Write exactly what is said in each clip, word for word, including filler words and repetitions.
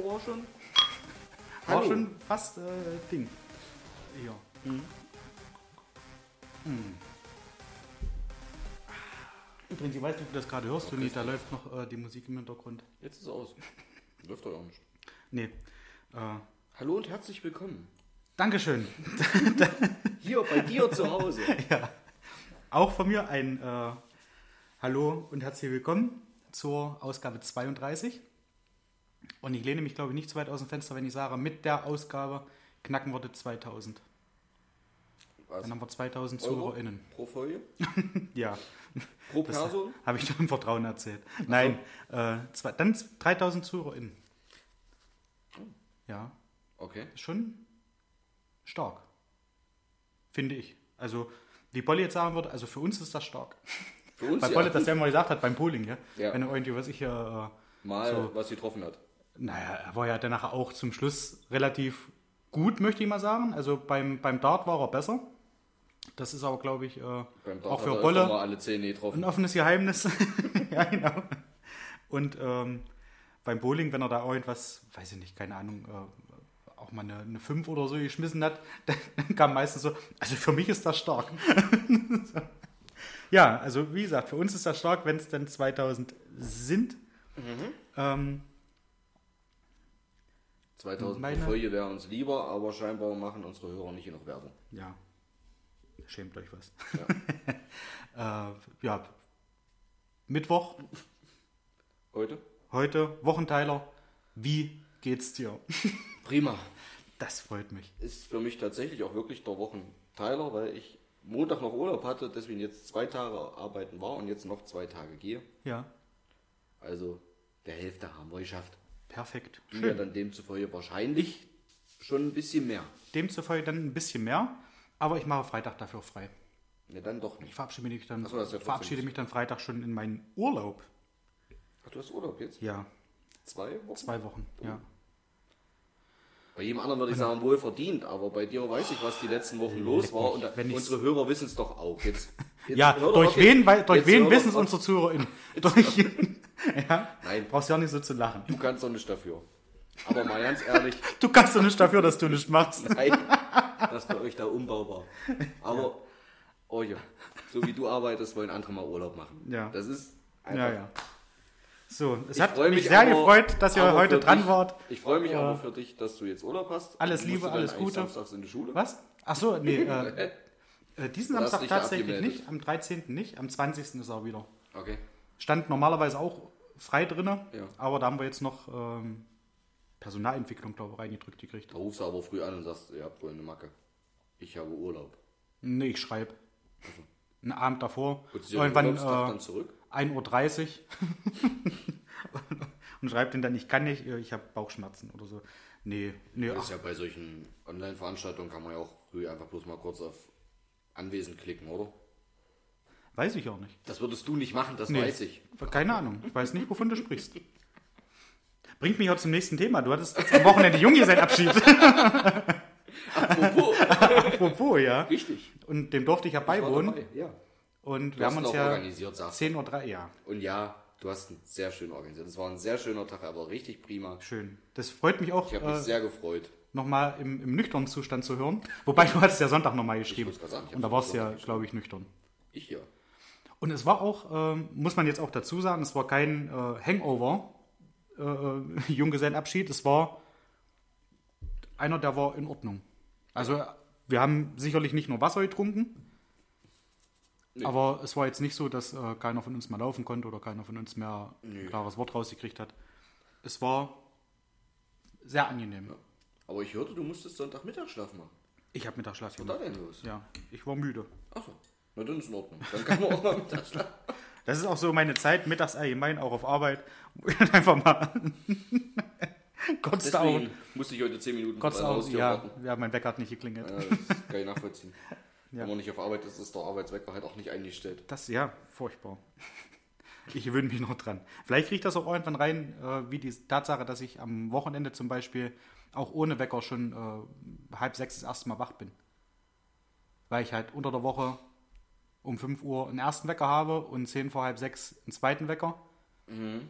war schon... War Hallo. schon fast äh, Ding. Ja. Mhm. Hm. Übrigens, ich weiß nicht, ob du das gerade hörst, Toni, da läuft noch äh, die Musik im Hintergrund. Jetzt ist es aus. Läuft doch auch nicht. Nee. Äh, Hallo und herzlich willkommen. Dankeschön. Hier bei dir zu Hause. Ja. Auch von mir ein äh, Hallo und herzlich willkommen zur Ausgabe zweiunddreißig. Und ich lehne mich, glaube ich, nicht zu weit aus dem Fenster, wenn ich sage, mit der Ausgabe knacken wir die zweitausend. Was? Dann haben wir zweitausend Euro ZuhörerInnen. pro Folge? Ja. Pro Das Person? habe ich doch im Vertrauen erzählt. Nein, äh, zwei, dann dreitausend ZuhörerInnen. Ja, Okay. ist schon stark. Finde ich. Also, wie Bolli jetzt sagen würde, also für uns ist das stark. Für uns Weil ja. Bolli das ja mal gesagt hat beim Polling, ja? Ja. Wenn er irgendwie, was ich hier, äh, Mal, so- was sie getroffen hat. naja, er war ja danach auch zum Schluss relativ gut, möchte ich mal sagen. Also beim, beim Dart war er besser. Das ist aber, glaube ich, äh, Beim Dart auch hat für er öfter Bolle mal alle Zähne getroffen. ein offenes Geheimnis. Ja, genau. Und ähm, beim Bowling, wenn er da irgendwas, weiß ich nicht, keine Ahnung, äh, auch mal eine, eine fünf oder so geschmissen hat, dann kam meistens so, also für mich ist das stark. So. Ja, also wie gesagt, für uns ist das stark, wenn es dann zweitausend sind. Mhm. Ähm, zweitausend Meine- pro Folge wäre uns lieber, aber scheinbar machen unsere Hörer nicht genug Werbung. ja, schämt euch was. Ja. äh, ja, Mittwoch, Heute? heute, Wochenteiler. Wie geht's dir? Prima. Das freut mich. Ist für mich tatsächlich auch wirklich der Wochenteiler, weil ich Montag noch Urlaub hatte, deswegen jetzt zwei Tage arbeiten war und jetzt noch zwei Tage gehe. Ja, Also der Hälfte haben wir geschafft. perfekt. Du ja dann demzufolge wahrscheinlich schon ein bisschen mehr. Demzufolge dann ein bisschen mehr, aber ich mache Freitag dafür frei. Ne, dann doch Ich nicht. verabschiede mich dann, Ach so, das ist ja trotzdem verabschiede so. mich dann Freitag schon in meinen Urlaub. Ach, du hast Urlaub jetzt? Ja, Zwei Wochen? zwei Wochen. Ja. Bei jedem anderen würde ich sagen, wohl verdient, aber bei dir weiß ich, was die letzten Wochen los war. Und wenn ich's- unsere Hörer wissen es doch auch. Jetzt, jetzt Ja, hör doch durch auf, wen, jetzt- weil, durch jetzt wen hör wissen es doch auf. unsere ZuhörerInnen? Durch, ja, Nein, brauchst ja auch nicht so zu lachen. du kannst doch nicht dafür. Aber mal ganz ehrlich, Du kannst doch nicht dafür, dass du nichts machst. nein, das ist bei euch da umbaubar. Aber, oh ja, so wie du arbeitest, wollen andere mal Urlaub machen. Ja. Das ist einfach... Ja, ja. So, es Ich hat freu mich mich sehr aber- gefreut, dass ihr aber heute für dran dich- wart. Ich freue mich Ja. aber für dich, dass du jetzt Urlaub hast. Alles Musst Liebe, du dann alles eigentlich Gute. Samstags in die Schule. Was? Ach so, nee, äh, äh, diesen Du hast Samstag dich da tatsächlich abgemeldet. nicht, am dreizehnten nicht, am zwanzigsten ist er wieder. Okay. Stand normalerweise auch frei drinne, Ja. aber da haben wir jetzt noch ähm, Personalentwicklung, glaube ich, reingedrückt gekriegt. Da rufst du aber früh an und sagst, ihr habt wohl eine Macke. Ich habe Urlaub. Nee, ich schreibe. Einen Abend davor, Holst du dir den irgendwann Urlaubstag äh, dann zurück? ein Uhr dreißig und schreibt den dann, ich kann nicht, ich habe Bauchschmerzen oder so. Nee, nee, Das ach, ist ja bei solchen Online-Veranstaltungen kann man ja auch früh einfach bloß mal kurz auf Anwesend klicken, oder? weiß ich auch nicht. Das würdest du nicht machen, das Nee. weiß ich. Keine Ahnung, ich weiß nicht, wovon du sprichst. Bringt mich auch zum nächsten Thema. Du hattest jetzt am Wochenende Junggesellenabschied. Apropos, Apropos, ja. richtig. Und dem durfte ich ja Ich war beiwohnen. dabei, ja. Und Du wir hast haben ihn uns auch ja organisiert, sagst du. zehn Uhr drei, ja, Und ja, du hast ihn sehr schön organisiert. Es war ein sehr schöner Tag, aber richtig prima. schön. Das freut mich auch, Ich habe mich äh, sehr gefreut. nochmal im, im nüchternen Zustand zu hören. Wobei, du hattest ja Sonntag nochmal geschrieben. wollte gerade sagen, ich Und da hab's warst du ja, Sonntag glaube ich, nüchtern. Ich hier. Und es war auch, ähm, muss man jetzt auch dazu sagen, es war kein äh, Hangover, äh, Junggesellenabschied. Es war einer, der war in Ordnung. Also wir haben sicherlich nicht nur Wasser getrunken, Nee. aber es war jetzt nicht so, dass äh, keiner von uns mehr laufen konnte oder keiner von uns mehr Nee. ein klares Wort rausgekriegt hat. Es war sehr angenehm. Ja. Aber ich hörte, du musstest Sonntagmittagsschlaf machen. Ich habe Mittagsschlaf Was war da gemacht. denn los? Ja, ich war müde. Achso, na dann ist in Ordnung. Dann kann man auch mal Mittagsschlaf. Das ist auch so meine Zeit, mittags allgemein, auch auf Arbeit, wo ich dann einfach mal kurz da Deswegen musste ich heute zehn Minuten vor kurz deiner auch, Haustür ja, warten. ja, mein Wecker hat nicht geklingelt. Ja, das kann ich nachvollziehen. Ja. Wenn man nicht auf Arbeit ist, ist der Arbeitswecker halt auch nicht eingestellt. Das, ja, furchtbar. Ich gewöhne mich noch dran. Vielleicht kriege ich das auch irgendwann rein, äh, wie die Tatsache, dass ich am Wochenende zum Beispiel auch ohne Wecker schon äh, halb sechs das erste Mal wach bin. Weil ich halt unter der Woche um fünf Uhr einen ersten Wecker habe und zehn vor halb sechs einen zweiten Wecker. Mhm.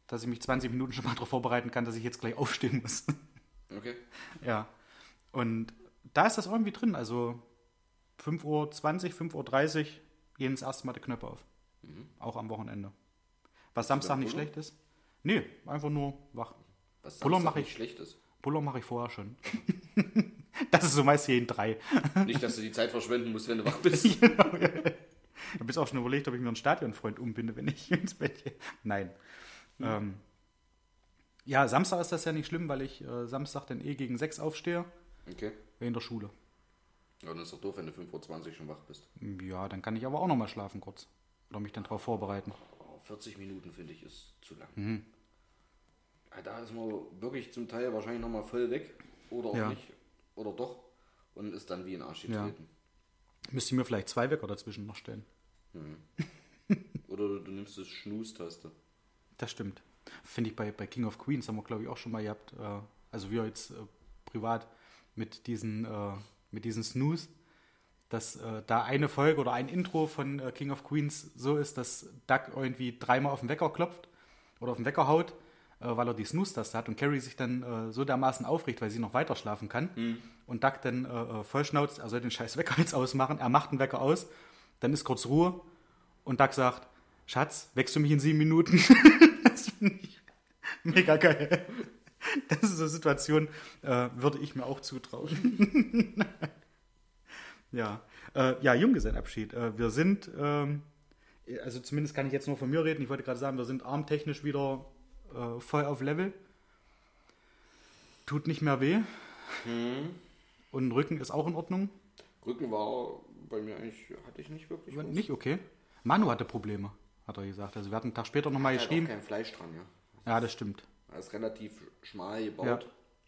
dass ich mich zwanzig Minuten schon mal darauf vorbereiten kann, dass ich jetzt gleich aufstehen muss. Okay. Ja. Und da ist das irgendwie drin. Also fünf Uhr zwanzig, fünf Uhr dreißig gehen das erste Mal die Knöpfe auf. Mhm. Auch am Wochenende. Was Samstag nicht schlecht ist. Nee, einfach nur wach. Was Puller Samstag mache ich, nicht schlecht ist. Puller mache ich vorher schon. Das ist so meist jeden drei. Nicht, dass du die Zeit verschwenden musst, wenn du wach bist. Genau, ja. Ich habe jetzt auch schon überlegt, ob ich mir einen Stadionfreund umbinde, wenn ich ins Bett gehe. Nein. Mhm. Ähm, ja, Samstag ist das ja nicht schlimm, weil ich äh, Samstag dann eh gegen sechs aufstehe. Okay. In der Schule. Ja, dann ist doch doof, wenn du fünf Uhr zwanzig schon wach bist. Ja, dann kann ich aber auch nochmal schlafen kurz. Oder mich dann darauf vorbereiten. vierzig Minuten finde ich ist zu lang. Mhm. Ja, da ist man wirklich zum Teil wahrscheinlich nochmal voll weg. Oder auch ja. nicht. Oder doch. Und ist dann wie ein Arsch getreten. Ja. Müsste ich mir vielleicht zwei Wecker dazwischen noch stellen. Mhm. Oder du nimmst das Snooze-Taste. Das stimmt. Finde ich bei, bei King of Queens, haben wir glaube ich auch schon mal gehabt. Äh, also wir jetzt äh, privat mit diesen, äh, mit diesen Snooze, dass äh, da eine Folge oder ein Intro von äh, King of Queens so ist, dass Doug irgendwie dreimal auf den Wecker klopft oder auf den Wecker haut, äh, weil er die Snooze-Taste hat und Carrie sich dann äh, so dermaßen aufregt, weil sie noch weiter schlafen kann mhm. und Doug dann äh, vollschnauzt, er soll den scheiß Wecker jetzt ausmachen, er macht den Wecker aus, dann ist kurz Ruhe und Doug sagt, Schatz, wächst du mich in sieben Minuten? Das finde ich mega geil. Das ist so eine Situation, äh, würde ich mir auch zutrauen. Ja, äh, ja, Junggesellenabschied. Äh, wir sind, ähm, also zumindest kann ich jetzt nur von mir reden, ich wollte gerade sagen, wir sind armtechnisch wieder äh, voll auf Level. Tut nicht mehr weh. Hm. Und Rücken ist auch in Ordnung. Rücken war bei mir eigentlich, hatte ich nicht wirklich was. Nicht, okay. Manu hatte Probleme, hat er gesagt. Also wir hatten einen Tag später nochmal geschrieben. Da ist kein Fleisch dran, ja. Ja, das stimmt. Er ist relativ schmal gebaut. Ja.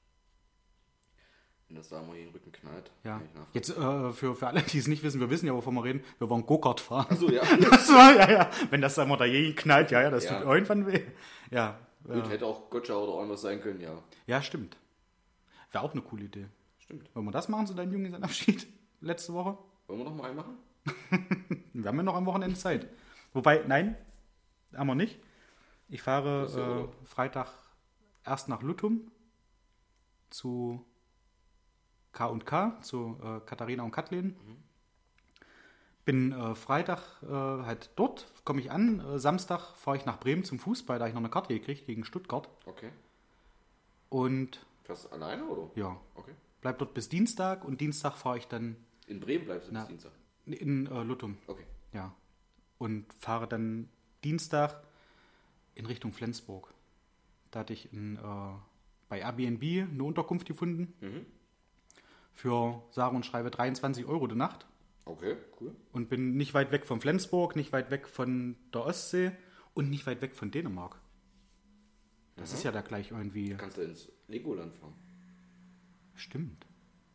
Wenn das da mal den Rücken knallt. Ja. Jetzt äh, für, für alle, die es nicht wissen, wir wissen ja, wovon wir reden, wir wollen Go-Kart fahren. Achso, ja. Das war, ja, ja. Wenn das da mal da je knallt, ja, ja, das ja. tut irgendwann weh. Ja. Gut, äh, hätte auch Gotcha oder irgendwas sein können, ja. Ja, stimmt. Wäre auch eine coole Idee. Stimmt. Wollen wir das machen, so dein Junggesellenabschied letzte Woche? Wollen wir noch mal einen machen? Wir haben ja noch am Wochenende Zeit. Wobei, nein, haben wir nicht. Ich fahre äh, Freitag erst nach Luttum zu K und K, zu äh, Katharina und Kathleen. Mhm. Bin äh, Freitag äh, halt dort, komme ich an. Äh, Samstag fahre ich nach Bremen zum Fußball, da ich noch eine Karte gekriegt gegen Stuttgart. Okay. Und... Fährst du alleine, oder? Ja. Okay. Bleib dort bis Dienstag und Dienstag fahre ich dann... In Bremen bleibst du na, bis Dienstag? In äh, Luttum. Okay. Ja. Und fahre dann Dienstag in Richtung Flensburg. Da hatte ich in, äh, bei Airbnb eine Unterkunft gefunden. Mhm. Für sage und schreibe dreiundzwanzig Euro die Nacht. Okay, cool. Und bin nicht weit weg von Flensburg, nicht weit weg von der Ostsee und nicht weit weg von Dänemark. Das mhm. ist ja da gleich irgendwie... Da kannst du ins Legoland fahren. Stimmt.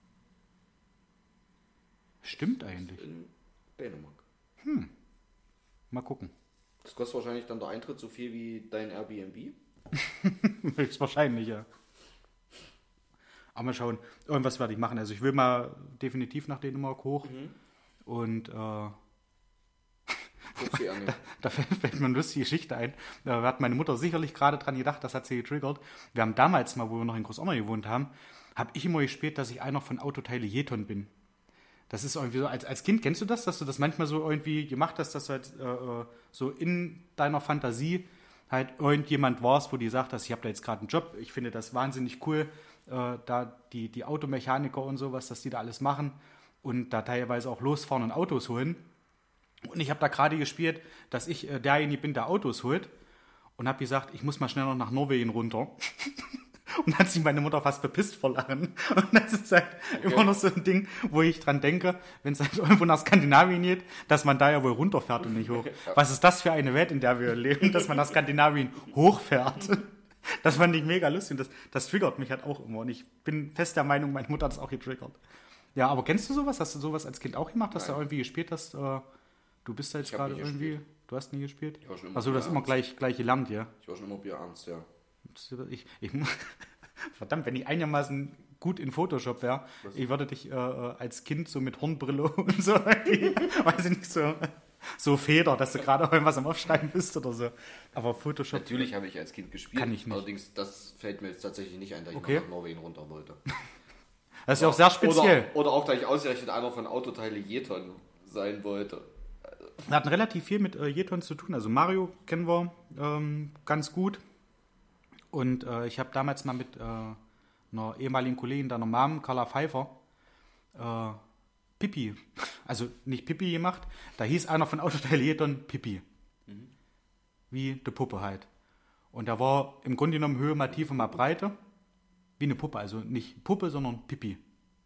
Stimmt eigentlich. In Dänemark. Hm. Mal gucken. Das kostet wahrscheinlich dann der Eintritt so viel wie dein Airbnb? Höchstwahrscheinlich, ja. Aber mal schauen. Irgendwas werde ich machen. Also ich will mal definitiv nach Dänemark hoch. Mhm. Und äh, da, da fällt mir eine lustige Geschichte ein. Da hat meine Mutter sicherlich gerade dran gedacht, das hat sie getriggert. Wir haben damals mal, wo wir noch in Großonner gewohnt haben, habe ich immer gespielt, dass ich einer von Autoteile Jeton bin. Das ist irgendwie so, als, als Kind, kennst du das, dass du das manchmal so irgendwie gemacht hast, dass du halt äh, so in deiner Fantasie halt irgendjemand warst, wo die sagt, dass ich habe da jetzt gerade einen Job, ich finde das wahnsinnig cool, äh, da die, die Automechaniker und sowas, dass die da alles machen und da teilweise auch losfahren und Autos holen. Und ich habe da gerade gespielt, dass ich äh, derjenige bin, der Autos holt und habe gesagt, ich muss mal schnell noch nach Norwegen runter. Und hat sich meine Mutter fast bepisst vor Lachen. Und das ist halt okay. Immer noch so ein Ding, wo ich dran denke, wenn es halt irgendwo nach Skandinavien geht, dass man da ja wohl runterfährt und nicht hoch. Was ist das für eine Welt, in der wir leben, dass man nach Skandinavien hochfährt? Das fand ich mega lustig. Das, das triggert mich halt auch immer. Und ich bin fest der Meinung, meine Mutter hat es auch getriggert. Ja, aber kennst du sowas? Hast du sowas als Kind auch gemacht, dass Nein. du irgendwie gespielt hast? Äh, du bist da jetzt gerade irgendwie... Gespielt. Du hast nie gespielt? Ich war schon immer also du hast immer gleich, gleich gelernt, ja? Ich war schon immer Bierarzt, ja. Ich, ich, verdammt, wenn ich einigermaßen gut in Photoshop wäre, ich würde dich äh, als Kind so mit Hornbrille und so, weiß ich nicht, so so Feder, dass du gerade irgendwas am Aufschreiben bist oder so. Aber Photoshop... Natürlich habe ich als Kind gespielt. Kann ich nicht. Allerdings, das fällt mir jetzt tatsächlich nicht ein, da ich Okay. mal nach Norwegen runter wollte. Das ist ja auch sehr speziell. Oder, oder auch, da ich ausgerechnet einer von Autoteile Jeton sein wollte. Wir hatten relativ viel mit äh, Jetons zu tun. Also Mario kennen wir ähm, ganz gut. Und äh, ich habe damals mal mit äh, einer ehemaligen Kollegin deiner Mom, Carla Pfeiffer, äh, Pippi, also nicht Pippi gemacht. Da hieß einer von Autoteile Jeton Pippi. Mhm. Wie die Puppe halt. Und der war im Grunde genommen Höhe mal Tiefe mal Breite. Wie eine Puppe, also nicht Puppe, sondern Pippi.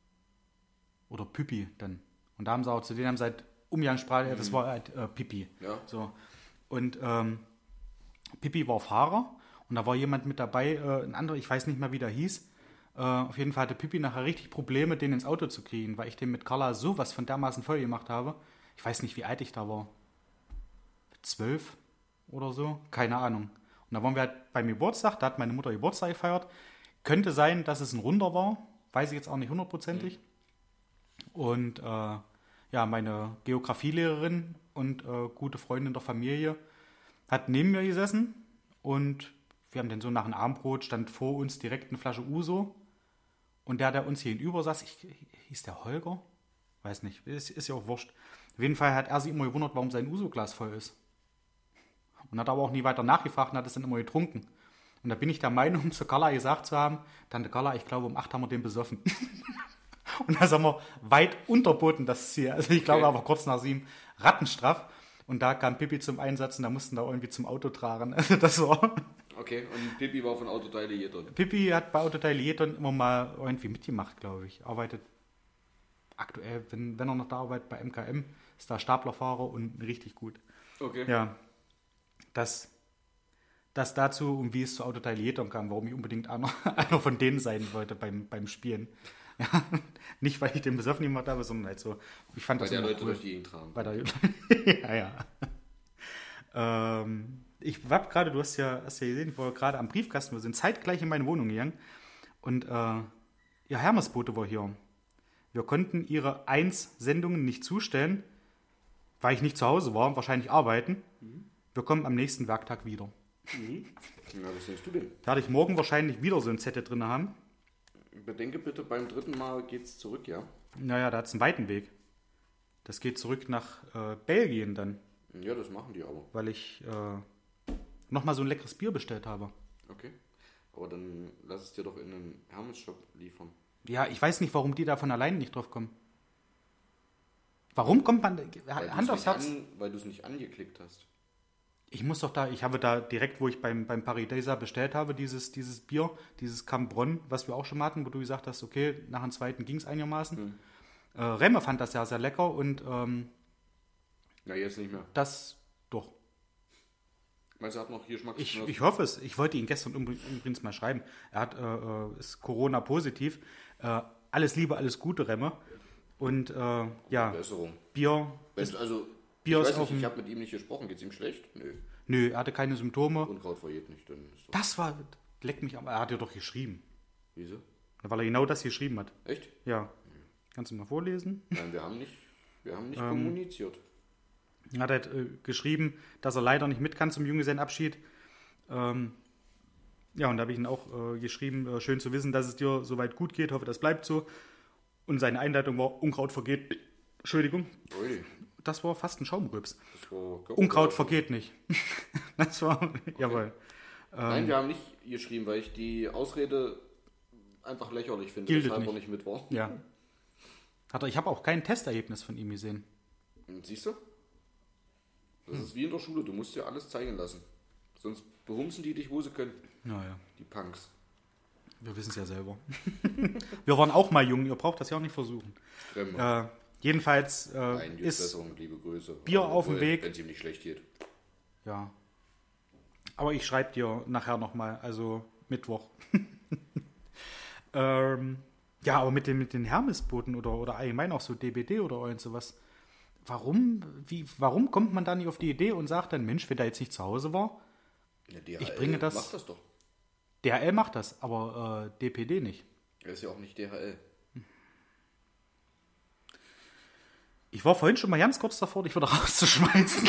Oder Pippi dann. Und da haben sie auch zu denen haben sie halt Umgangssprache, mhm. das war halt äh, Pippi. Ja. So. Und ähm, Pippi war Fahrer und da war jemand mit dabei, äh, ein anderer, ich weiß nicht mehr, wie der hieß. Äh, auf jeden Fall hatte Pippi nachher richtig Probleme, den ins Auto zu kriegen, weil ich den mit Carla sowas von dermaßen voll gemacht habe. Ich weiß nicht, wie alt ich da war. Zwölf oder so? Keine Ahnung. Und da waren wir halt beim Geburtstag, da hat meine Mutter Geburtstag gefeiert. Könnte sein, dass es ein Runder war, weiß ich jetzt auch nicht hundertprozentig. Mhm. Und äh, ja, meine Geografielehrerin und äh, gute Freundin der Familie hat neben mir gesessen und wir haben dann so nach dem Abendbrot, stand vor uns direkt eine Flasche Uso und der, der uns hier gegenüber saß, ich, hieß der Holger? Weiß nicht, ist, ist ja auch wurscht. Auf jeden Fall hat er sich immer gewundert, warum sein Uso-Glas voll ist. Und hat aber auch nie weiter nachgefragt und hat es dann immer getrunken. Und da bin ich der Meinung, zu Carla gesagt zu haben, Tante Carla, ich glaube, um acht haben wir den besoffen. Und da sind wir weit unterboten, das Ziel. Also ich glaube, okay. aber kurz nach sieben rattenstraff. Und da kam Pippi zum Einsatz und da mussten da irgendwie zum Auto tragen. Also das war... Okay, und Pippi war von Autoteile Jeton. Pippi hat bei Autoteile Jeton immer mal irgendwie mitgemacht, glaube ich. Arbeitet aktuell, wenn, wenn er noch da arbeitet, bei M K M, ist da Staplerfahrer und richtig gut. Okay. Ja, das... Das dazu, um wie es zu Autoteile Jeton kam, warum ich unbedingt einer, einer von denen sein wollte beim, beim Spielen. Ja, nicht, weil ich den besoffen gemacht habe, sondern halt so. Ich fand weil das der Leute cool. durch die Gegend tragen. Bei der ja, ja. Ähm, ich hab gerade, du hast ja, hast ja gesehen, ich war gerade am Briefkasten, wir sind zeitgleich in meine Wohnung gegangen und äh, ihr Hermesbote war hier. Wir konnten ihre eins Sendungen nicht zustellen, weil ich nicht zu Hause war, wahrscheinlich arbeiten. Mhm. Wir kommen am nächsten Werktag wieder. Mhm. Ja, was denkst du denn? Da werde ich morgen wahrscheinlich wieder so ein Zettel drin haben. Bedenke bitte, beim dritten Mal geht's zurück, ja? Naja, da hat es einen weiten Weg. Das geht zurück nach äh, Belgien dann. Ja, das machen die aber. Weil ich äh, nochmal so ein leckeres Bier bestellt habe. Okay. Aber dann lass es dir doch in einen Hermes-Shop liefern. Ja, ich weiß nicht, warum die da von alleine nicht drauf kommen. Warum kommt man... Weil Hand aufs Herz. An, weil du es nicht angeklickt hast. Ich muss doch da, ich habe da direkt, wo ich beim, beim Paradisa bestellt habe, dieses, dieses Bier, dieses Cambronne, was wir auch schon hatten, wo du gesagt hast, okay, nach dem zweiten ging es einigermaßen. Hm. Äh, Remme fand das ja sehr lecker und ähm, ja, jetzt nicht mehr. Das, doch. Meinst du, er hat noch hier Geschmack? Ich, ich hoffe es. Ich wollte ihn gestern übrigens mal schreiben. Er hat, äh, ist Corona-positiv. Äh, alles Liebe, alles Gute, Remme. Und äh, ja, Besserung. Bier. Ist, also, Bier ich ist weiß auf nicht, ich dem- habe mit ihm nicht gesprochen. Geht's ihm schlecht? Nö. Nö, er hatte keine Symptome. Unkraut verjährt nicht. Dann ist doch... Das war, leck mich, aber er hat ja doch geschrieben. Wieso? Weil er genau das geschrieben hat. Echt? Ja. Kannst du mal vorlesen? Nein, wir haben nicht, wir haben nicht Ähm, kommuniziert. Er hat halt äh, geschrieben, dass er leider nicht mit kann zum Junggesellenabschied. Ähm, ja, und da habe ich ihn auch äh, geschrieben, äh, schön zu wissen, dass es dir soweit gut geht, hoffe, das bleibt so. Und seine Einleitung war, Unkraut vergeht, Entschuldigung, Ui, das war fast ein Schaumrübs. das war Unkraut vergeht nicht. Das war, jawohl. Nein, wir haben nicht geschrieben, weil ich die Ausrede einfach lächerlich finde, Gilt weshalb er nicht. nicht mit war. Ja. Hat er, ich habe auch kein Testergebnis von ihm gesehen. Und siehst du? Das ist wie in der Schule, du musst dir alles zeigen lassen. Sonst behumsen die dich, wo sie können. Naja, Die Punks. wir wissen es ja selber. Wir waren auch mal jung, ihr braucht das ja auch nicht versuchen. Kremme. Äh, jedenfalls äh, Nein, die ist... Besserung, liebe Grüße. Bier Aber auf dem obwohl, Weg. Wenn es ihm nicht schlecht geht. Ja. Aber ich schreibe dir nachher nochmal, also Mittwoch. ähm, ja, aber mit den, mit den Hermesbooten oder, oder allgemein auch so D B D oder irgend sowas. Warum, wie, warum kommt man da nicht auf die Idee und sagt dann, Mensch, wenn der jetzt nicht zu Hause war, Ja, D H L Ich bringe das- macht das doch. D H L macht das, aber äh, D P D nicht. Er ist ja auch nicht D H L. Ich war vorhin schon mal ganz kurz davor, dich wieder rauszuschmeißen.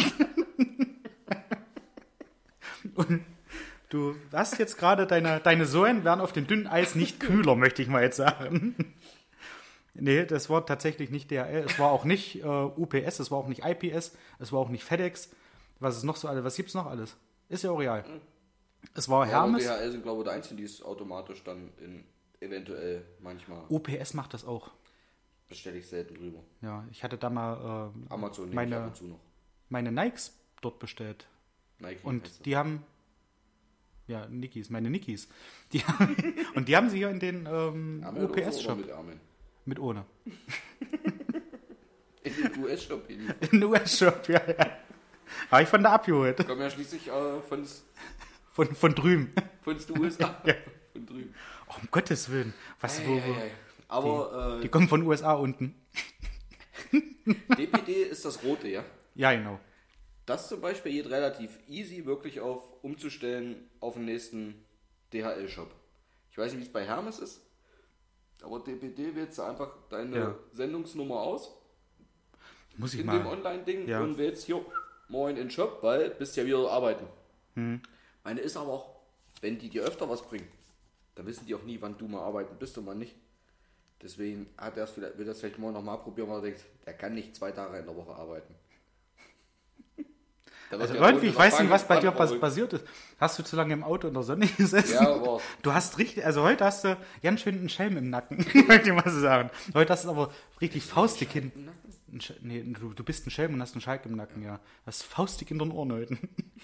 Und du hast jetzt gerade, deine, deine Sohlen werden auf dem dünnen Eis nicht kühler, möchte ich mal jetzt sagen. Nee, das war tatsächlich nicht D H L, es war auch nicht äh, U P S, es war auch nicht I P S, es war auch nicht FedEx. Was ist noch so alles? Was gibt's noch alles? Ist ja auch real. Es war Ja, und Hermes. D H L sind, glaube ich, der Einzige, die es automatisch dann in eventuell manchmal U P S macht das auch. bestelle ich selten drüber. Ja, ich hatte da mal äh, Amazon nehme ich ab meine, und zu noch. meine Nikes dort bestellt. Nike heißt Und das. die haben, ja, Nikis, meine Nikis. Die haben, und die haben sie hier in den ähm, Ärmel U P oder S-Shop. mit Ärmeln? Mit ohne. In den U S-Shop geliefert. In den U S-Shop, ja, ja. Habe ich von da abgeholt. Kommen ja schließlich äh, von, Von, von drüben. von den U S A. Ja. Von drüben. Oh, um Gottes Willen. Was, Ei, wo, ei, wo, ei. Aber die äh, kommen von U S A unten. D P D ist das Rote, ja? Ja, genau. Das zum Beispiel geht relativ easy wirklich auf umzustellen auf den nächsten D H L-Shop. Ich weiß nicht, wie es bei Hermes ist, aber D P D wählst du einfach deine Ja. Sendungsnummer aus Muss ich in mal. dem Online-Ding Ja. und wählst hier moin in den Shop, weil bist ja wieder arbeiten. Hm. Meine ist aber auch, wenn die dir öfter was bringen, dann wissen die auch nie, wann du mal arbeiten bist und wann nicht. Deswegen hat er es vielleicht, will das vielleicht morgen nochmal probieren, weil er denkt, der kann nicht zwei Tage in der Woche arbeiten. Da wird Also der irgendwie, Kunde ich weiß noch nicht, was bei dir Bank pas verrückt. passiert ist. Hast du zu lange im Auto in der Sonne gesessen? Ja, aber Du hast richtig, also heute hast du ganz schön einen Schelm im Nacken, möchte ich mal so sagen. Heute hast du aber richtig faustig hin. Ein Sch- Nee, du, du bist ein Schelm und hast einen Schalk im Nacken, ja. Hast faustig in den Ohren heute.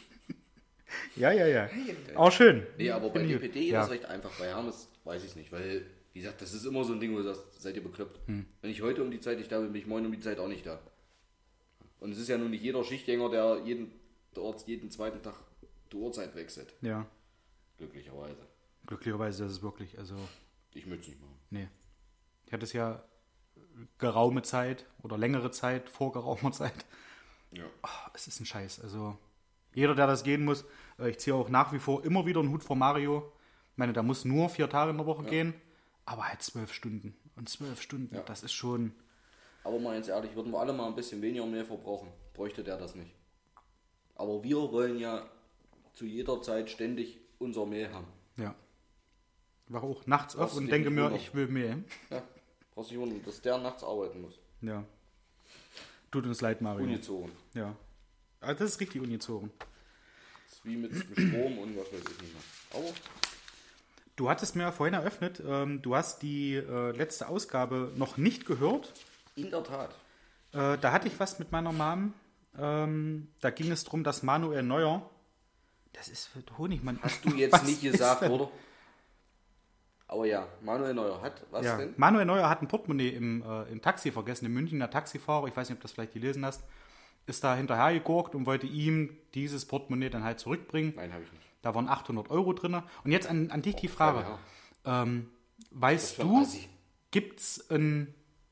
Ja, ja, ja. Auch schön. nee, aber bei Finde D ich P gut. D geht ja. das recht einfach. Bei Hermes weiß ich es nicht, weil, wie gesagt, das ist immer so ein Ding, wo du sagst, seid ihr bekloppt. Hm. Wenn ich heute um die Zeit nicht da bin, bin ich morgen um die Zeit auch nicht da. Und es ist ja nun nicht jeder Schichtgänger, der jeden, dort jeden zweiten Tag die Uhrzeit wechselt. Ja, Glücklicherweise. glücklicherweise ist es wirklich, also, Ich möchte es nicht machen. nee. Ich hatte es ja geraume Zeit oder längere Zeit, vor geraumer Zeit. Ja. Oh, es ist ein Scheiß. Also jeder, der das gehen muss, äh, ich ziehe auch nach wie vor immer wieder einen Hut vor Mario. Ich meine, der muss nur vier Tage in der Woche Ja. gehen, aber halt zwölf Stunden. Und zwölf Stunden, Ja. das ist schon... Aber mal ganz ehrlich, würden wir alle mal ein bisschen weniger Mehl verbrauchen, bräuchte der das nicht. Aber wir wollen ja zu jeder Zeit ständig unser Mehl haben. Ja. War auch nachts Brauchst auf du und dich denke nicht mir, wundern. ich will mehr. Ja, brauchst nicht wundern, dass der nachts arbeiten muss. Ja. Tut uns leid, Mario. Ungezogen. Ja. Also das ist richtig ungezogen. Das ist wie mit Strom und was weiß ich nicht mehr. Aber Du hattest mir vorhin eröffnet, ähm, du hast die äh, letzte Ausgabe noch nicht gehört. in der Tat. Äh, da hatte ich was mit meiner Mom. Ähm, da ging es darum, dass Manuel Neuer, das ist für Honigmann. Hast du jetzt Was nicht ist gesagt, denn? oder? Aber ja, Manuel Neuer hat, was Ja. denn? Manuel Neuer hat ein Portemonnaie im, äh, im Taxi vergessen, im Münchner Taxifahrer, ich weiß nicht, ob du das vielleicht gelesen hast, ist da hinterher gegurkt und wollte ihm dieses Portemonnaie dann halt zurückbringen. Nein, habe ich nicht. Da waren achthundert Euro drin. Und jetzt an, an dich die Frage. Ja, Ähm, das weißt für ein du, Assi. gibt es einen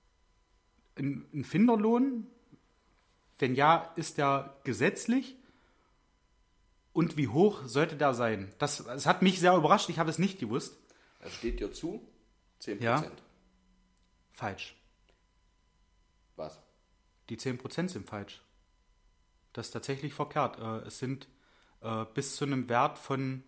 einen Finderlohn? Wenn ja, ist der gesetzlich? Und wie hoch sollte der sein? Das, das hat mich sehr überrascht, ich habe es nicht gewusst. Er steht dir zu, zehn Ja. Prozent. Falsch. Was? Die zehn Prozent sind falsch. Das ist tatsächlich verkehrt. Äh, Es sind äh, bis zu einem Wert von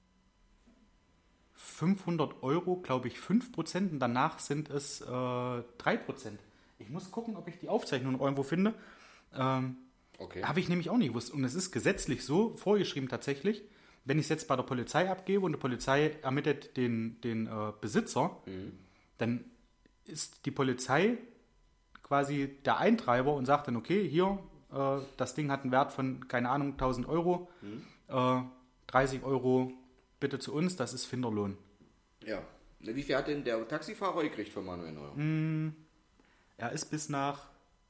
fünfhundert Euro, glaube ich, fünf Prozent und danach sind es äh, drei Prozent. Ich muss gucken, ob ich die Aufzeichnung noch irgendwo finde. Ähm, Okay. Habe ich nämlich auch nicht gewusst. Und es ist gesetzlich so vorgeschrieben tatsächlich, wenn ich es jetzt bei der Polizei abgebe und die Polizei ermittelt den, den äh, Besitzer, dann ist die Polizei quasi der Eintreiber und sagt dann, okay, hier, äh, das Ding hat einen Wert von, keine Ahnung, tausend Euro, äh, dreißig Euro bitte zu uns, das ist Finderlohn. Ja. Na, wie viel hat denn der Taxifahrer gekriegt von Manuel Neuer? Er ist bis nach,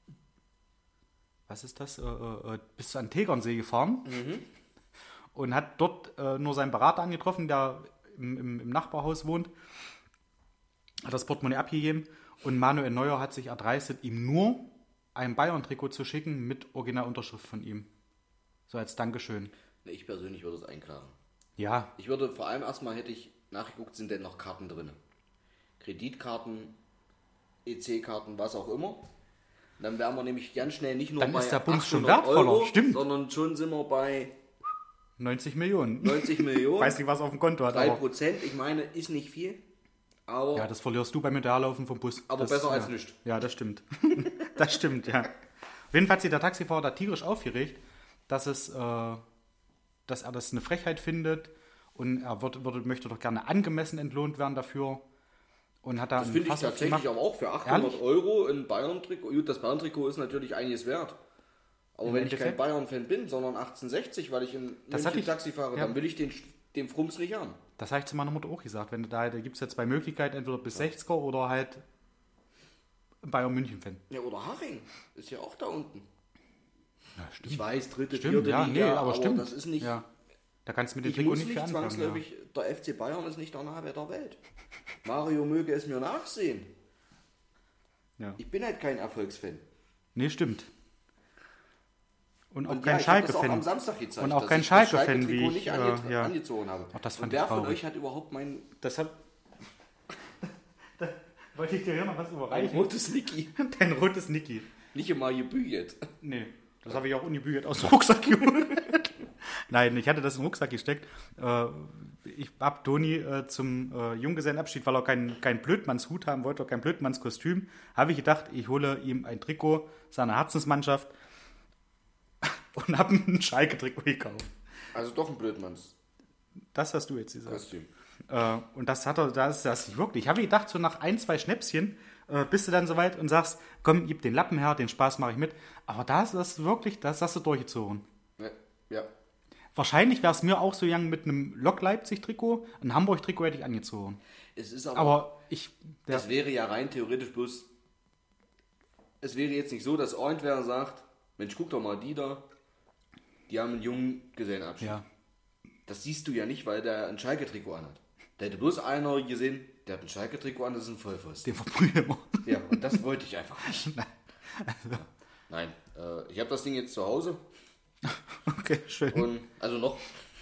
was ist das, äh, äh, bis an Tegernsee gefahren und hat dort äh, nur seinen Berater angetroffen, der im, im, im Nachbarhaus wohnt, hat das Portemonnaie abgegeben und Manuel Neuer hat sich erdreistet, ihm nur ein Bayern-Trikot zu schicken mit Originalunterschrift von ihm. So als Dankeschön. Na, ich persönlich würde es einklagen. Ja, Ich würde vor allem erstmal hätte ich nachgeguckt, sind denn noch Karten drin? Kreditkarten, E C-Karten, was auch immer. Dann wären wir nämlich ganz schnell nicht nur Dann bei ist der Bums schon achthundert wertvoller, Euro, stimmt. sondern schon sind wir bei neunzig Millionen. neunzig Millionen. Weiß nicht, was auf dem Konto hat. drei Aber, Prozent, ich meine, ist nicht viel. Aber, ja, das verlierst du beim Hinterherlaufen vom Bus. aber das, besser ja. als nichts. Ja, das stimmt. Das stimmt, ja. Auf jeden Fall hat sich der Taxifahrer da tierisch aufgeregt, dass, es, äh, dass er das eine Frechheit findet und er wird, wird, möchte doch gerne angemessen entlohnt werden dafür. Und hat da Das einen finde ich Fass tatsächlich aufgemacht. aber auch für achthundert Ehrlich? Euro ein Bayern-Trikot. Gut, das Bayern-Trikot ist natürlich einiges wert. Aber Im wenn ich kein Endeffekt? Bayern-Fan bin, sondern achtzehnhundertsechzig, weil ich in Das München hatte ich- Taxi fahre, ja. dann will ich den, den Frums nicht haben. Das habe ich zu meiner Mutter auch gesagt. Wenn du da, da gibt es ja zwei Möglichkeiten, entweder bis sechziger oder halt Bayern München-Fan. Ja, oder Haching ist ja auch da unten. Ja, stimmt. Ich weiß, dritte, Stimmt, vierte ja, Liga, nee, aber, stimmt. das ist nicht... Ja. Da kannst du mit dem Ich Trikot muss nicht nicht viel anfangen. Ja. zwangsläufig... Der F C Bayern ist nicht der Nabel der Welt. Mario möge es mir nachsehen. Ja. Ich bin halt kein Erfolgsfan. Nee, stimmt. Und auch Und kein ja, ich habe das auch am Schalke-Fan. Samstag gezeigt, Und auch dass kein ich das Schalke-Fan, Schalke-Trikot wie nicht ich, ange äh, ja. angezogen habe. Ach, das fand Und ich wer von traurig. euch hat überhaupt mein, Deshalb wollte ich dir hier noch was mein überreichen. rotes Niki Dein rotes Niki. nicht immer gebügelt? Nee, das habe ich auch ungebügelt aus dem Rucksack geholt. Nein, ich hatte das in den Rucksack gesteckt. Äh, Ich habe Toni äh, zum äh, Junggesellenabschied, weil er keinen kein Blödmannshut haben wollte, kein Blödmannskostüm, habe ich gedacht, ich hole ihm ein Trikot seiner Herzensmannschaft und habe ein Schalke-Trikot gekauft. Also doch ein Blödmanns Das hast du jetzt gesagt. Kostüm. Äh, und das hat er, das ist das nicht wirklich. Ich habe gedacht, so nach ein, zwei Schnäpschen äh, bist du dann soweit und sagst, komm, gib den Lappen her, den Spaß mache ich mit. Aber das ist wirklich, das hast du durchgezogen. Ja, ja. Wahrscheinlich wäre es mir auch so gegangen mit einem Lok-Leipzig-Trikot. Ein Hamburg-Trikot hätte ich angezogen. Es ist aber, Aber ich, der, es wäre ja rein theoretisch bloß, es wäre jetzt nicht so, dass irgendwer sagt, Mensch, guck doch mal, die da, die haben einen jungen Gesellenabschied. ja, Das siehst du ja nicht, weil der ein Schalke-Trikot anhat. Da hätte bloß einer gesehen, der hat ein Schalke-Trikot an, das ist ein Vollpfosten. den verprügeln wir. Ja, und das wollte ich einfach nicht. Nein, äh, ich habe das Ding jetzt zu Hause Okay, schön. und, also noch,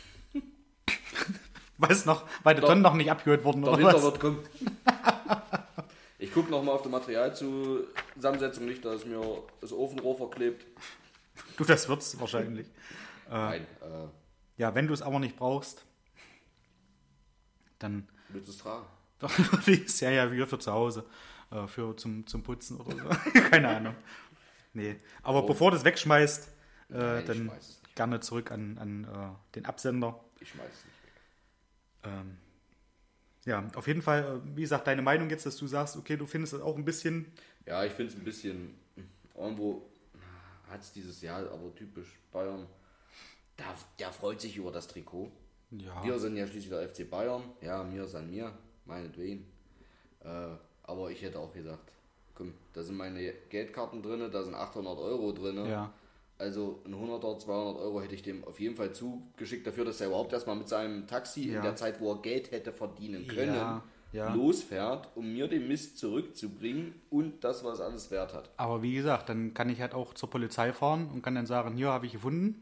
Weiß noch, weil die Der- Tonnen noch nicht abgehört wurden der oder Winter was? wird kommen. Ich gucke nochmal auf die Materialzusammensetzung, nicht, dass mir das Ofenrohr verklebt. Du, das wird's wahrscheinlich. Nein, äh, Ja, wenn du es aber nicht brauchst, dann willst du es tragen? ist ja ja wieder für zu Hause, äh, für zum, zum Putzen oder so. Keine Ahnung. Nee, aber Oh. bevor du es wegschmeißt, äh, Nein, ich dann schmeiß es nicht. gerne zurück an, an äh, den Absender. Ich schmeiß es nicht weg. Ähm, ja, auf jeden Fall, äh, wie gesagt, deine Meinung jetzt, dass du sagst, okay, du findest das auch ein bisschen, Ja, ich finde es ein bisschen, irgendwo hat es dieses Jahr, aber typisch Bayern, da, der freut sich über das Trikot. ja, Wir sind ja schließlich der F C Bayern, ja, mir ist an mir, meinetwegen. Äh, aber ich hätte auch gesagt, komm, da sind meine Geldkarten drin, da sind achthundert Euro drin. ja, Also ein hunderter, zweihundert Euro hätte ich dem auf jeden Fall zugeschickt dafür, dass er überhaupt erstmal mit seinem Taxi Ja. in der Zeit, wo er Geld hätte verdienen können, Ja, ja. losfährt, um mir den Mist zurückzubringen und das, was alles wert hat. aber wie gesagt, dann kann ich halt auch zur Polizei fahren und kann dann sagen, hier habe ich gefunden,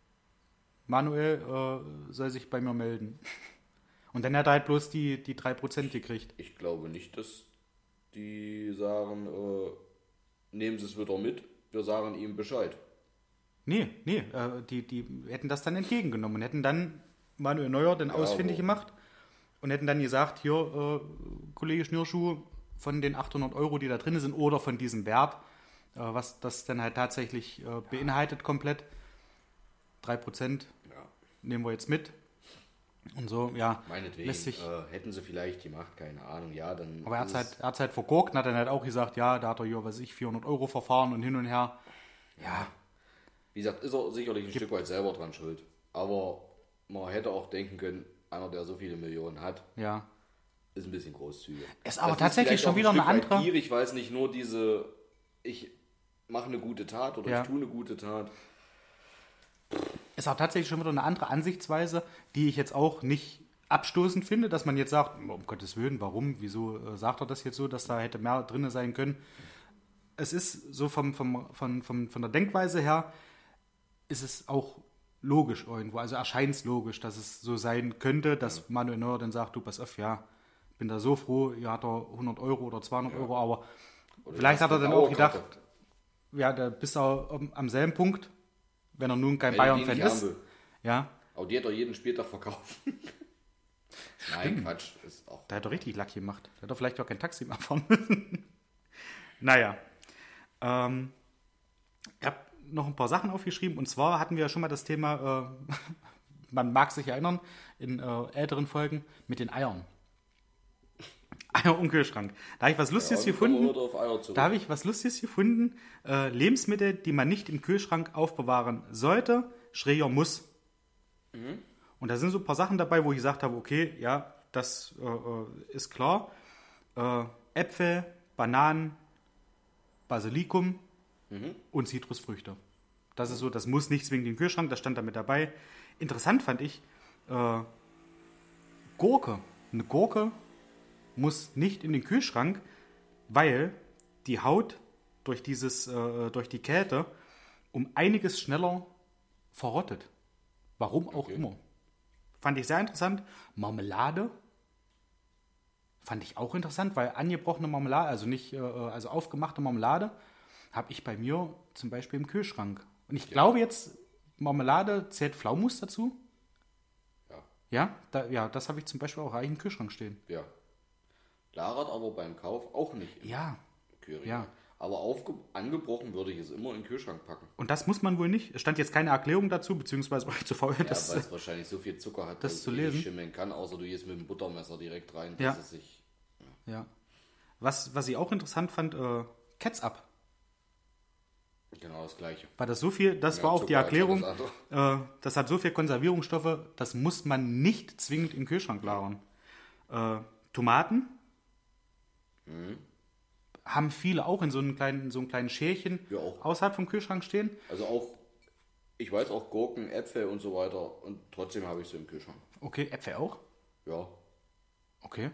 Manuel äh, soll sich bei mir melden. Und dann hat er halt bloß die, die drei Prozent gekriegt. Ich glaube nicht, dass die sagen, äh, nehmen Sie es wieder mit, wir sagen ihm Bescheid. Nee, nee, äh, die, die hätten das dann entgegengenommen und hätten dann Manuel Neuer dann Ja, ausfindig aber- gemacht und hätten dann gesagt, hier, äh, Kollege Schnürschuh, von den achthundert Euro, die da drin sind, oder von diesem Wert, äh, was das dann halt tatsächlich äh, beinhaltet komplett, drei Prozent Ja. nehmen wir jetzt mit. Und so, ja, Meinetwegen, lässt sich... äh, hätten sie vielleicht gemacht, keine Ahnung, ja, dann... Aber er hat ist es halt, er hat's halt vergurkt und hat dann halt auch gesagt, ja, da hat er ja, was weiß ich, vierhundert Euro verfahren und hin und her. Ja, wie gesagt, ist er sicherlich ein Stück weit selber dran schuld. Aber man hätte auch denken können, einer, der so viele Millionen hat, Ja. ist ein bisschen großzügig. Ist aber Das tatsächlich vielleicht schon auch wieder ein eine Stück weit andere- gierig, weil es nicht nur diese, ich mache eine gute Tat oder Ja. ich tue eine gute Tat. Ist auch tatsächlich schon wieder eine andere Ansichtsweise, die ich jetzt auch nicht abstoßend finde, dass man jetzt sagt, um Gottes Willen, warum, wieso äh, sagt er das jetzt so, dass da hätte mehr drin sein können. Es ist so vom, vom, von, vom, von der Denkweise her, ist es auch logisch irgendwo, also erscheint es logisch, dass es so sein könnte, dass Manuel Neuer dann sagt, du pass auf, ja, bin da so froh, hier hat er hundert Euro oder zweihundert Euro, aber Oder vielleicht das hat er mit dann auch gedacht, Dauerkarte. ja, da bist du auch am selben Punkt, wenn er nun kein Wenn Bayern-Fan die nicht ist. haben will. Ja, Aber die hat doch jeden Spieltag verkauft. Nein, Quatsch. Ist auch. da hat er richtig Lack gemacht. Da hat er vielleicht auch kein Taxi mehr fahren müssen. Naja. Ähm, ich habe noch ein paar Sachen aufgeschrieben. Und zwar hatten wir ja schon mal das Thema, äh, man mag sich erinnern, in äh, älteren Folgen mit den Eiern. Eier und Kühlschrank. Da habe ich was Lustiges Ja, gefunden. oder auf Eier zurück. Da habe ich was Lustiges gefunden. Äh, Lebensmittel, die man nicht im Kühlschrank aufbewahren sollte, schräger muss. Mhm. Und da sind so ein paar Sachen dabei, wo ich gesagt habe, okay, ja, das äh, ist klar. Äh, Äpfel, Bananen, Basilikum Mhm. und Zitrusfrüchte. Das ist so, das muss nicht zwingend in den Kühlschrank, das stand da mit dabei. Interessant fand ich, äh, Gurke. Eine Gurke muss nicht in den Kühlschrank, weil die Haut durch, dieses, äh, durch die Kälte um einiges schneller verrottet. Warum auch Okay. immer. Fand ich sehr interessant. Marmelade fand ich auch interessant, weil angebrochene Marmelade, also nicht äh, also aufgemachte Marmelade, habe ich bei mir zum Beispiel im Kühlschrank. Und ich glaube jetzt, Marmelade zählt Pflaumus dazu. Ja. Ja, da, ja das habe ich zum Beispiel auch eigentlich im Kühlschrank stehen. Ja. Lagert aber beim Kauf auch nicht im Ja, Kühlregal. ja. Aber aufge angebrochen würde ich es immer in den Kühlschrank packen. und das muss man wohl nicht. Es stand jetzt keine Erklärung dazu, beziehungsweise war ich zu faul, Ja, das, weil es wahrscheinlich so viel Zucker hat, das dass zu es eh lesen. nicht schimmeln kann, außer du gehst mit dem Buttermesser direkt rein, dass Ja. es sich... ja. Was, was ich auch interessant fand, äh, Ketchup. Genau das Gleiche. Weil das so viel, das Ja, war auch die Zucker als Erklärung, alles andere. äh, das hat so viel Konservierungsstoffe, das muss man nicht zwingend im Kühlschrank lagern. Äh, Tomaten Mhm. haben viele auch in so einem kleinen, so einem kleinen Schälchen Ja, auch. außerhalb vom Kühlschrank stehen. Also auch, ich weiß auch Gurken, Äpfel und so weiter und trotzdem habe ich sie im Kühlschrank. Okay, Äpfel auch? Ja. Okay.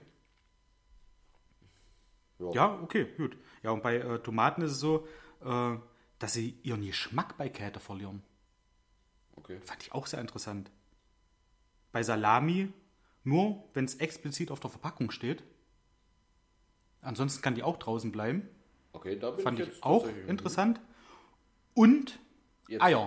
Ja. Ja, okay, gut. Ja, und bei äh, Tomaten ist es so, äh, dass sie ihren Geschmack bei Kälte verlieren. Okay. Fand ich auch sehr interessant. Bei Salami nur, wenn es explizit auf der Verpackung steht. Ansonsten kann die auch draußen bleiben. Okay, da bin Fand ich ich jetzt auch tatsächlich- interessant. Und Jetzt. Eier.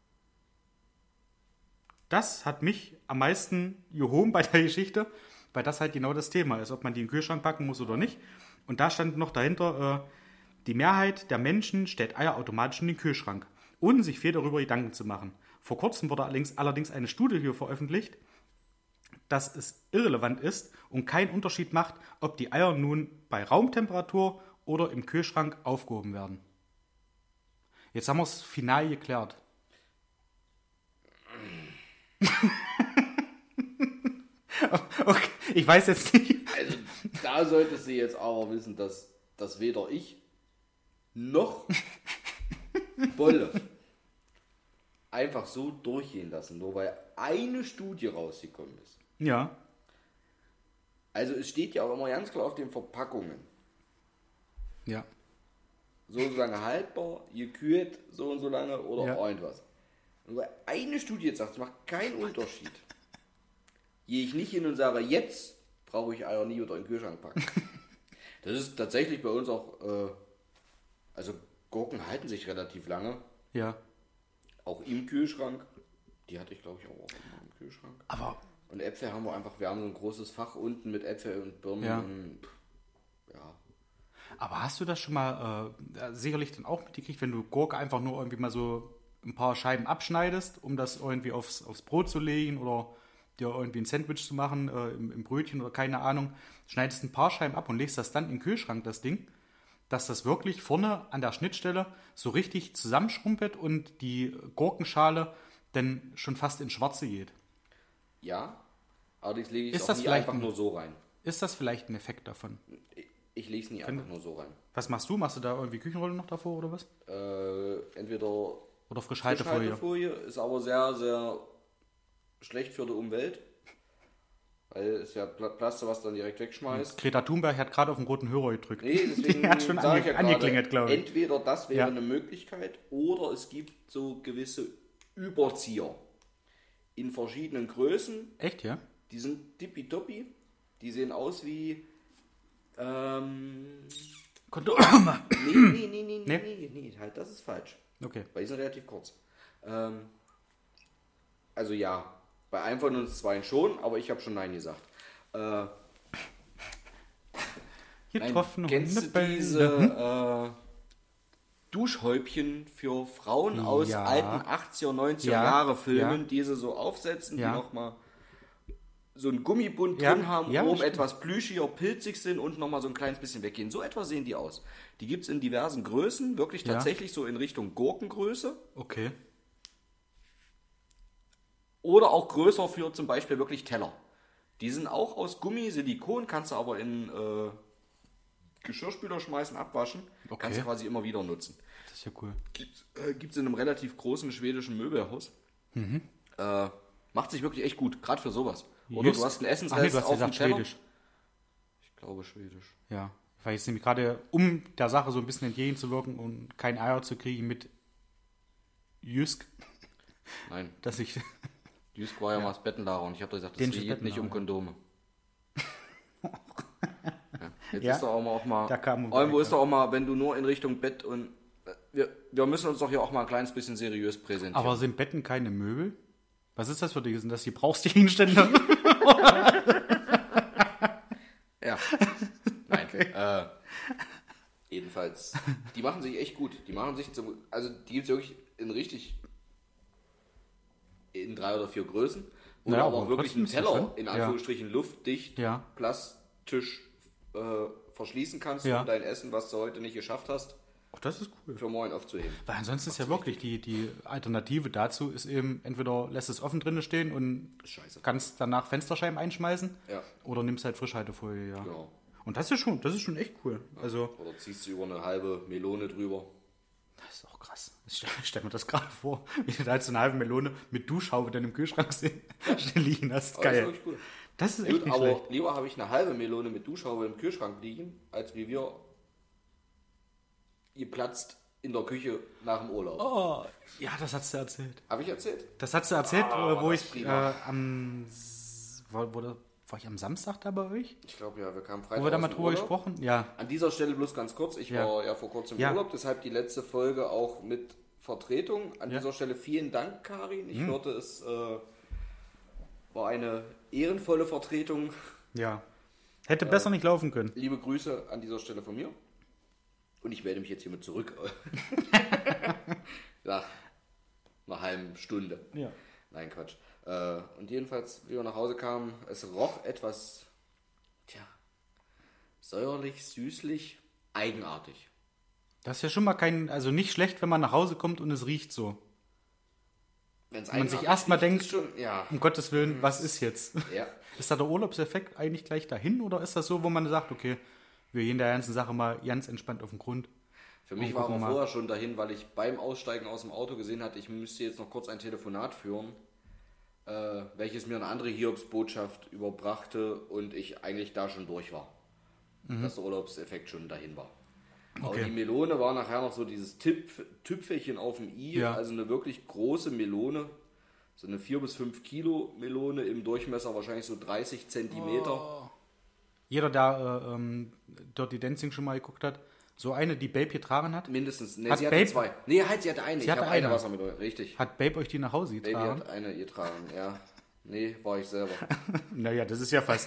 Das hat mich am meisten gehoben bei der Geschichte, weil das halt genau das Thema ist, ob man die in den Kühlschrank packen muss oder nicht. Und da stand noch dahinter, äh, die Mehrheit der Menschen stellt Eier automatisch in den Kühlschrank, ohne sich viel darüber Gedanken zu machen. Vor kurzem wurde allerdings, allerdings eine Studie hier veröffentlicht, dass es irrelevant ist und keinen Unterschied macht, ob die Eier nun bei Raumtemperatur oder im Kühlschrank aufgehoben werden. Jetzt haben wir es final geklärt. Okay, ich weiß jetzt nicht. Also, da solltest du jetzt aber wissen, dass, dass weder ich noch Bolle einfach so durchgehen lassen, nur weil eine Studie rausgekommen ist. Ja, Also es steht ja auch immer ganz klar auf den Verpackungen. ja. So und so lange haltbar, gekühlt, so und so lange oder Ja. irgendwas. Und weil eine Studie jetzt sagt, es macht keinen Unterschied, gehe ich nicht hin und sage, jetzt brauche ich Eier nie oder in den Kühlschrank packen. Das ist tatsächlich bei uns auch, äh, also Gurken halten sich relativ lange, Ja. auch im Kühlschrank. Die hatte ich glaube ich auch immer im Kühlschrank. Aber Und Äpfel haben wir einfach, wir haben so ein großes Fach unten mit Äpfel und Birnen. Ja. Und, pff, ja. Aber hast du das schon mal äh, sicherlich dann auch mitgekriegt, wenn du Gurke einfach nur irgendwie mal so ein paar Scheiben abschneidest, um das irgendwie aufs, aufs Brot zu legen oder dir irgendwie ein Sandwich zu machen äh, im, im Brötchen oder keine Ahnung, schneidest ein paar Scheiben ab und legst das dann in den Kühlschrank, das Ding, dass das wirklich vorne an der Schnittstelle so richtig zusammenschrumpelt und die Gurkenschale dann schon fast ins Schwarze geht. Ja, allerdings lege ich Ist es auch das nie vielleicht einfach ein- nur so rein. Ist das vielleicht ein Effekt davon? Ich, ich lege es nie einfach nur so rein. Was machst du? Machst du da irgendwie Küchenrolle noch davor oder was? Äh, entweder Oder Frischhaltefolie? Frischhaltefolie ist aber sehr, sehr schlecht für die Umwelt. Weil es ja Pla- Plaste, was dann direkt wegschmeißt. Greta Thunberg hat gerade auf den roten Hörer gedrückt. Nee, deswegen Die hat schon sage ich ja ange angeklingelt, gerade, glaube ich. entweder das wäre Ja. eine Möglichkeit oder es gibt so gewisse Überzieher in verschiedenen Größen. Echt, ja? Die sind tippitoppi. Die sehen aus wie ähm, Kondome. Nee, nee, nee, nee, Nee? nee, nee, nee, halt, das ist falsch. Okay. Weil die sind relativ kurz. Ähm, also ja, bei einem von uns zweien schon, aber ich habe schon Nein gesagt. Äh, Getroffen Nein, kennst du Hundebälle. diese äh, Duschhäubchen für Frauen aus Ja. alten achtziger, neunziger Ja. Jahre Filmen, Ja. die sie so aufsetzen, Ja. die nochmal so einen Gummibund Ja. drin haben, Ja, oben stimmt. etwas plüschiger, pilzig sind und nochmal so ein kleines bisschen weggehen. So etwa sehen die aus. Die gibt es in diversen Größen, wirklich Ja. tatsächlich so in Richtung Gurkengröße. Okay. Oder auch größer für zum Beispiel wirklich Teller. Die sind auch aus Gummi, Silikon, kannst du aber in äh, Geschirrspüler schmeißen, abwaschen. Okay. Kannst du quasi immer wieder nutzen. Das ist ja cool. Gibt es in einem relativ großen schwedischen Möbelhaus. Äh, macht sich wirklich echt gut, gerade für sowas. Oder Just- du hast einen Ach nee, Essensrest du hast auf dem gesagt Teller. Schwedisch. Ich glaube Schwedisch. Ja. Weil jetzt nämlich gerade, um der Sache so ein bisschen entgegenzuwirken und kein Eier zu kriegen mit Jysk, Nein, dass ich. Jysk war ja, mal das Bettenlager und ich habe gesagt, das Dänisches geht nicht um Bettenlager. Kondome. ja. Jetzt Ja, ist doch auch mal, auch mal da kam um die irgendwo Ecke. ist doch auch mal, wenn du nur in Richtung Bett und äh, wir, wir müssen uns doch hier auch mal ein kleines bisschen seriös präsentieren. Aber sind Betten keine Möbel? Was ist das für dich? Sind das die Gebrauchsgegenstände? Ja. Nein. Äh, jedenfalls, die machen sich echt gut. Die machen sich zum. Also die gibt es wirklich in richtig. In drei oder vier Größen. Oder Ja, aber aber auch wirklich trotzdem einen ist das Teller, schön. in Ja. Anführungsstrichen luftdicht, Ja. Plastisch äh, verschließen kannst, Ja. um dein Essen, was du heute nicht geschafft hast, Ach, das ist cool. für morgen aufzuheben. Weil ansonsten ist ja wirklich die, die Alternative dazu, ist eben, entweder lässt es offen drinnen stehen und Scheiße. kannst danach Fensterscheiben einschmeißen Ja. oder nimmst halt Frischhaltefolie, ja. Genau. Und das ist schon, das ist schon echt cool. Also, Oder ziehst du über eine halbe Melone drüber. das ist auch krass. Ich stelle stell mir das gerade vor, wie du da halt so eine halbe Melone mit Duschhaube dann im Kühlschrank stehen liegen hast. Aber das ist Geil. wirklich cool. Das ist echt Gut, nicht aber schlecht. lieber habe ich eine halbe Melone mit Duschhaube im Kühlschrank liegen, als wie wir geplatzt in der Küche nach dem Urlaub. Oh, ja, das hast du erzählt. Habe ich erzählt? Das hast du erzählt, Ah, äh, wo das ich prima. äh, am... S- War, war, war ich am Samstag da bei euch? Ich glaube ja, wir kamen Freitag Wo wir da aus mal dem drüber Urlaub. gesprochen? Ja. An dieser Stelle bloß ganz kurz, ich Ja. war ja vor kurzem im Ja. Urlaub, deshalb die letzte Folge auch mit Vertretung. An Ja. dieser Stelle vielen Dank, Karin. Ich Hm. hörte, es äh, war eine ehrenvolle Vertretung. Ja. Hätte besser nicht laufen können. Liebe Grüße an dieser Stelle von mir. Und ich melde mich jetzt hiermit zurück. Nach einer halben Stunde. Ja. Nein, Quatsch. Äh, und jedenfalls, wie wir nach Hause kamen, es roch etwas, tja, säuerlich, süßlich, eigenartig. Das ist ja schon mal kein, also nicht schlecht, wenn man nach Hause kommt und es riecht so. Wenn's Wenn man sich eigenartig erstmal riecht, denkt, ist schon, ja, um Gottes Willen, was ist jetzt? ja. Ist da der Urlaubseffekt eigentlich gleich dahin oder ist das so, wo man sagt, okay, wir gehen der ganzen Sache mal ganz entspannt auf den Grund? Für mich Und war gucken er mal. vorher schon dahin, weil ich beim Aussteigen aus dem Auto gesehen hatte, ich müsste jetzt noch kurz ein Telefonat führen, äh, welches mir eine andere Hiobsbotschaft überbrachte und ich eigentlich da schon durch war. Dass der Urlaubseffekt schon dahin war. Aber Okay. die Melone war nachher noch so dieses Tipp, Tüpfelchen auf dem I, Ja. also eine wirklich große Melone, so eine vier bis fünf Kilo Melone im Durchmesser, wahrscheinlich so dreißig Zentimeter. Jeder, der äh, ähm, Dirty Dancing schon mal geguckt hat, so eine, die Babe getragen hat, Mindestens. Ne, Hat sie hatte Babe- zwei. Nee, halt, sie hatte eine. Sie ich hatte habe eine eine. Wassermelone, richtig. hat Babe euch die nach Hause Baby getragen? hat eine getragen, ja. Nee, war ich selber. Naja, das ist ja fast.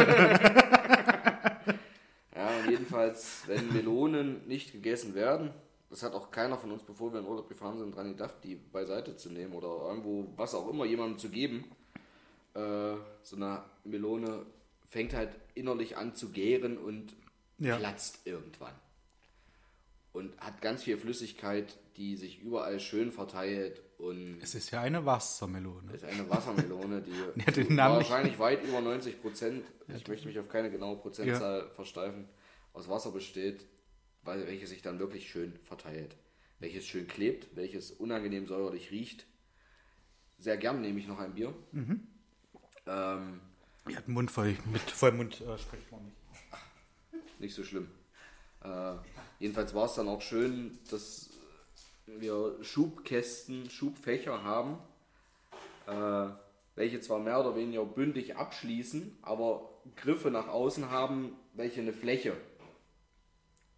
Ja, und jedenfalls, wenn Melonen nicht gegessen werden, das hat auch keiner von uns, bevor wir in Urlaub gefahren sind, dran gedacht, die beiseite zu nehmen oder irgendwo, was auch immer, jemandem zu geben. Äh, so eine Melone fängt halt innerlich an zu gären und Ja. platzt irgendwann. Und hat ganz viel Flüssigkeit, die sich überall schön verteilt und Es ist ja eine Wassermelone. ist eine Wassermelone, die Ja, den Namen nicht. wahrscheinlich weit über neunzig Prozent, ich möchte mich auf keine genaue Prozentzahl versteifen, aus Wasser besteht, weil, welches sich dann wirklich schön verteilt. Welches schön klebt, welches unangenehm säuerlich riecht. Sehr gern nehme ich noch ein Bier. Mhm. Ähm, Ich hatte einen Mund voll, mit vollem Mund äh, spricht man nicht. nicht so schlimm. Äh, jedenfalls war es dann auch schön, dass wir Schubkästen, Schubfächer haben, äh, welche zwar mehr oder weniger bündig abschließen, aber Griffe nach außen haben, welche eine Fläche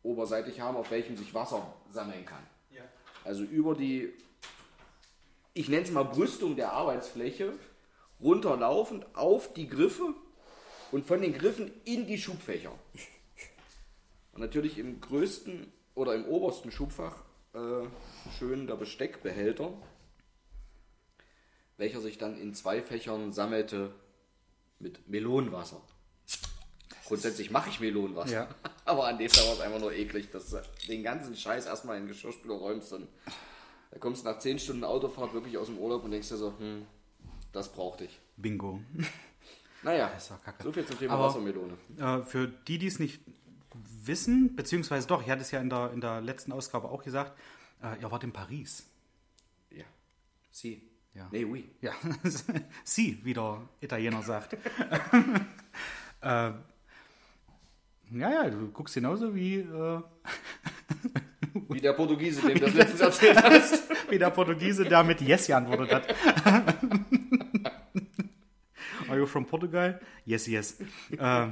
oberseitig haben, auf welchem sich Wasser sammeln kann. Ja. Also über die, ich nenne es mal Brüstung der Arbeitsfläche, runterlaufend auf die Griffe und von den Griffen in die Schubfächer. Und natürlich im größten oder im obersten Schubfach äh, schön der Besteckbehälter, welcher sich dann in zwei Fächern sammelte mit Melonenwasser. Grundsätzlich mache ich Melonenwasser, Ja. aber an dem Tag war es einfach nur eklig, dass du den ganzen Scheiß erstmal in den Geschirrspüler räumst und da kommst du nach zehn Stunden Autofahrt wirklich aus dem Urlaub und denkst dir so, hm, das brauchte ich. Bingo. Naja, Das ist doch kacke. so viel zum Thema Aber, Wassermelone. Äh, für die, die es nicht wissen, beziehungsweise doch, ich hatte es ja in der, in der letzten Ausgabe auch gesagt, äh, ihr wart in Paris. Ja, sie. Ja. Nee, oui. Ja, sie, wie der Italiener sagt. äh, ja, ja, du guckst genauso wie, äh, Wie der Portugiese, dem du das letztens erzählt hast. wie der Portugiese, der mit Yes geantwortet hat. Are you from Portugal? Yes, yes. Äh,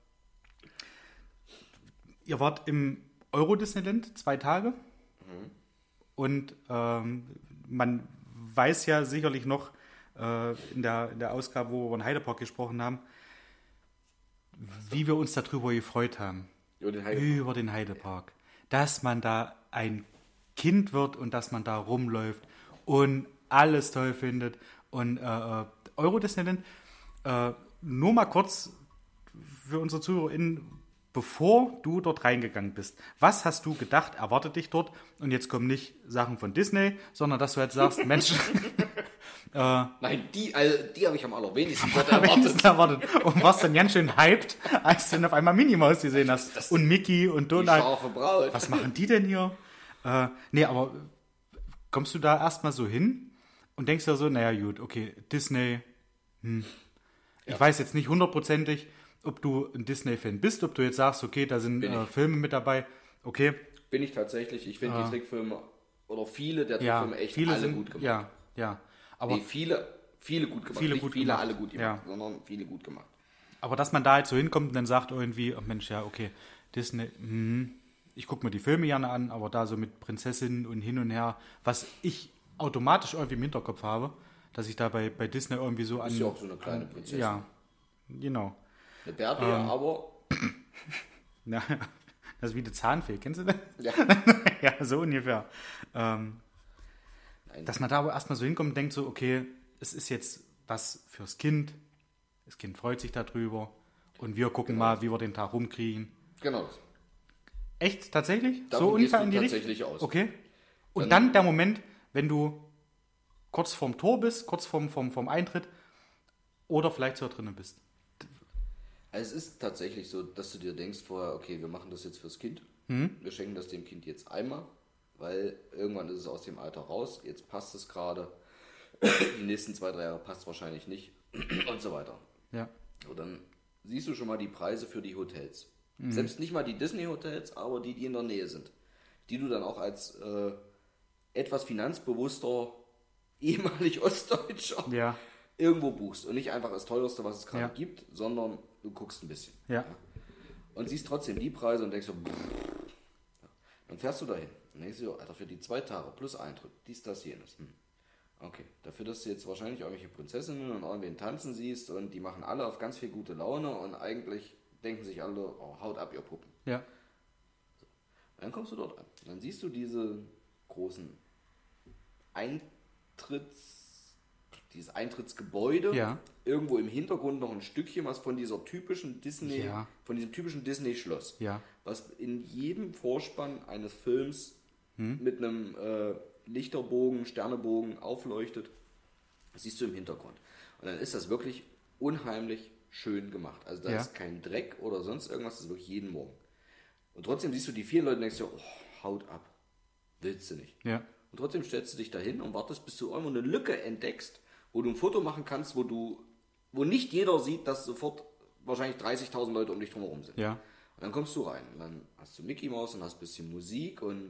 ihr wart im Euro-Disneyland zwei Tage. Mhm. Und ähm, man weiß ja sicherlich noch äh, in, der, in der Ausgabe, wo wir über den Heidepark gesprochen haben, wie wir uns darüber gefreut haben. Über den Heidepark. Über den Heidepark. Dass man da ein Kind wird und dass man da rumläuft und alles toll findet. Und äh, Euro Disneyland, äh, nur mal kurz für unsere ZuhörerInnen, bevor du dort reingegangen bist, was hast du gedacht, erwartet dich dort? Und jetzt kommen nicht Sachen von Disney, sondern dass du jetzt sagst, Mensch, äh, Nein, die, also, die habe ich am allerwenigsten dort am erwartet. wenigsten erwartet. Und warst dann ganz schön hyped, als du dann auf einmal Minnie Maus gesehen hast. Das- und Mickey und Die Donald. scharfe Braut. Was machen die denn hier? Äh, nee, aber kommst du da erstmal so hin und denkst ja so, naja gut, okay, Disney, hm. Ich Ja. weiß jetzt nicht hundertprozentig, ob du ein Disney-Fan bist, ob du jetzt sagst, okay, da sind Bin äh, ich. Filme mit dabei, okay. Bin ich tatsächlich. Ich finde die Trickfilme, oder viele der Ja, Trickfilme echt viele alle sind, gut gemacht. ja, ja. Aber, Nee, viele, viele gut gemacht. Viele Nicht gut viele gemacht. alle gut gemacht, Ja. sondern viele gut gemacht. aber dass man da halt so hinkommt und dann sagt irgendwie, oh Mensch, ja, okay, Disney, hm, ich gucke mir die Filme gerne an, aber da so mit Prinzessinnen und hin und her, was ich automatisch irgendwie im Hinterkopf habe, dass ich da bei, bei Disney irgendwie so an... Ist ja auch so eine kleine Prinzessin. Ja, genau. Eine Bärte, Ähm. aber Ja, das ist wie die Zahnfee, kennst du das? ja. Ja, so ungefähr. Ähm, Nein. dass man da aber erstmal so hinkommt und denkt so, okay, es ist jetzt was fürs Kind, das Kind freut sich darüber und wir gucken Genau. mal, wie wir den Tag rumkriegen. Genau. Echt? Tatsächlich? Davon so gehst ungefähr du in die tatsächlich Richtung? aus. Okay. Und Dann- dann der Moment, wenn du kurz vorm Tor bist, kurz vorm, vorm, vorm Eintritt oder vielleicht sogar drinnen bist. Also es ist tatsächlich so, dass du dir denkst vorher, okay, wir machen das jetzt fürs Kind. Mhm. Wir schenken das dem Kind jetzt einmal, weil irgendwann ist es aus dem Alter raus. Jetzt passt es gerade. Die nächsten zwei, drei Jahre passt es wahrscheinlich nicht und so weiter. Ja. Und dann siehst du schon mal die Preise für die Hotels. Selbst nicht mal die Disney-Hotels, aber die, die in der Nähe sind. Die du dann auch als äh, etwas finanzbewusster, ehemalig Ostdeutscher Ja. irgendwo buchst. Und nicht einfach das teuerste, was es gerade Ja. gibt, sondern du guckst ein bisschen. Ja. Und siehst trotzdem die Preise und denkst so, brrr. Dann fährst du dahin. Und denkst du, Alter, für die zwei Tage plus Eintritt, dies, das, jenes. Hm. Okay, dafür, dass du jetzt wahrscheinlich irgendwelche Prinzessinnen und irgendwen tanzen siehst und die machen alle auf ganz viel gute Laune und eigentlich denken sich alle, oh, haut ab, ihr Puppen. Ja. Dann kommst du dort an. Dann siehst du diese großen Eintritts, dieses Eintrittsgebäude. Ja. Irgendwo im Hintergrund noch ein Stückchen was von dieser typischen Disney, Ja. von diesem typischen Disney-Schloss. Ja. Was in jedem Vorspann eines Films Hm? mit einem äh, Lichterbogen, Sternebogen aufleuchtet. Das siehst du im Hintergrund. Und dann ist das wirklich unheimlich schön gemacht. Also da Ja. ist kein Dreck oder sonst irgendwas, das ist wirklich jeden Morgen. Und trotzdem siehst du die vielen Leute und denkst dir, oh, haut ab. Willst du nicht. Ja. Und trotzdem stellst du dich dahin und wartest, bis du irgendwo eine Lücke entdeckst, wo du ein Foto machen kannst, wo du, wo nicht jeder sieht, dass sofort wahrscheinlich dreißigtausend Leute um dich drumherum sind. Ja. Und dann kommst du rein. Und dann hast du Mickey Mouse und hast ein bisschen Musik und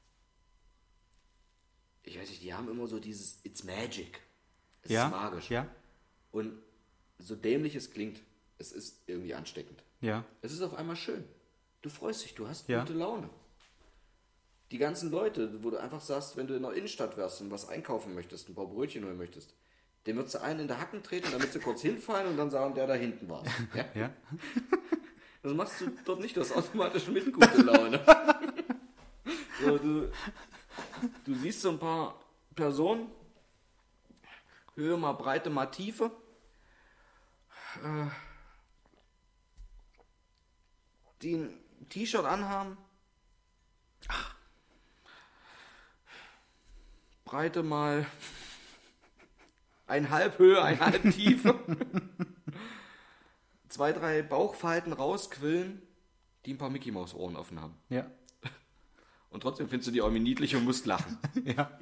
ich weiß nicht, die haben immer so dieses It's Magic. Es Ja. ist magisch. Ja. Und so dämlich es klingt, es ist irgendwie ansteckend. Ja. Es ist auf einmal schön. Du freust dich, du hast Ja. gute Laune. Die ganzen Leute, wo du einfach sagst, wenn du in der Innenstadt wärst und was einkaufen möchtest, ein paar Brötchen holen möchtest, dem würdest du einen in der Hacken treten, damit sie kurz hinfallen und dann sagen, der da hinten war. Ja? Ja. Das machst du dort nicht, du hast automatisch mit gute Laune. So, du, du siehst so ein paar Personen, Höhe mal Breite mal Tiefe, äh, die ein T-Shirt anhaben, ach, Breite mal ein halb Höhe, ein halb Tiefe, zwei, drei Bauchfalten rausquillen, die ein paar Mickey Maus Ohren offen haben. Ja. Und trotzdem findest du die irgendwie niedlich und musst lachen. Ja.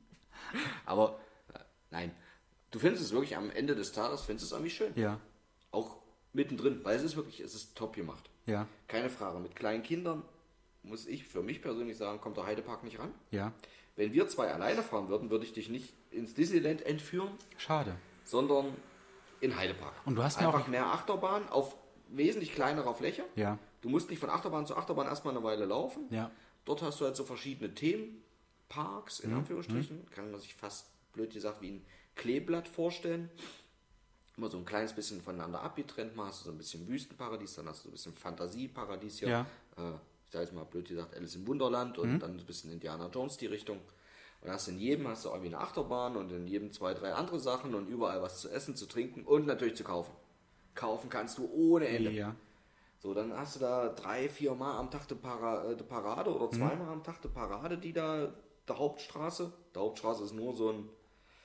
Aber äh, nein, du findest es wirklich am Ende des Tages, findest es irgendwie schön. Ja. Auch mittendrin, weil es ist wirklich, es ist top gemacht. Ja. Keine Frage. Mit kleinen Kindern muss ich für mich persönlich sagen, kommt der Heidepark nicht ran. Ja. Wenn wir zwei alleine fahren würden, würde ich dich nicht ins Disneyland entführen, Schade. sondern in Heidepark. Und du hast mir einfach auch- mehr Achterbahn auf wesentlich kleinerer Fläche. Ja. Du musst nicht von Achterbahn zu Achterbahn erstmal eine Weile laufen. Ja. Dort hast du halt so verschiedene Themenparks, Mhm. in Anführungsstrichen. Kann man sich fast, blöd gesagt, wie ein Kleeblatt vorstellen. Immer so ein kleines bisschen voneinander abgetrennt. Mal hast du so ein bisschen Wüstenparadies, dann hast du so ein bisschen Fantasieparadies hier. Ja. Äh, ich sage jetzt mal blöd gesagt, Alice im Wunderland und Mhm. dann ein bisschen Indiana Jones die Richtung. Und hast in jedem hast du irgendwie eine Achterbahn und in jedem zwei, drei andere Sachen und überall was zu essen, zu trinken und natürlich zu kaufen. Kaufen kannst du ohne Ende. Ja. So, dann hast du da drei, vier Mal am Tag die, Para, äh, die Parade oder zweimal am Tag die Parade, die da, der Hauptstraße. Der Hauptstraße ist nur so ein,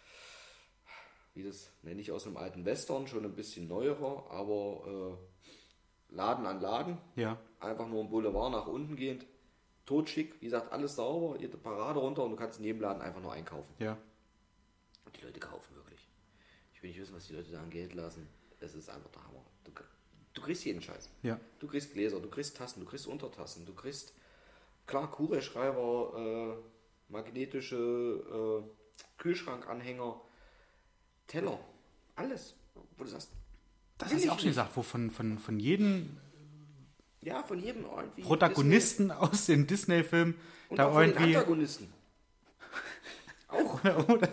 wie das nenne ich aus einem alten Western, schon ein bisschen neuerer, aber äh, Laden an Laden. Ja. Einfach nur ein Boulevard nach unten gehend. Totschick, wie gesagt, alles sauber, jede Parade runter und du kannst in jedem Laden einfach nur einkaufen. Ja. Und die Leute kaufen wirklich. Ich will nicht wissen, was die Leute da an Geld lassen. Es ist einfach der Hammer. Du, du kriegst jeden Scheiß. Ja. Du kriegst Gläser, du kriegst Tassen, du kriegst Untertassen, du kriegst, klar, Kugelschreiber, äh, magnetische äh, Kühlschrankanhänger, Teller, alles. Wo du sagst, Das will hast du ich auch schon nicht. gesagt, wo von, von, von jedem Ja, von jedem irgendwie. Protagonisten aus den Disney-Filmen Disney. Und da auch von den irgendwie. Antagonisten. Auch. Oder, oder?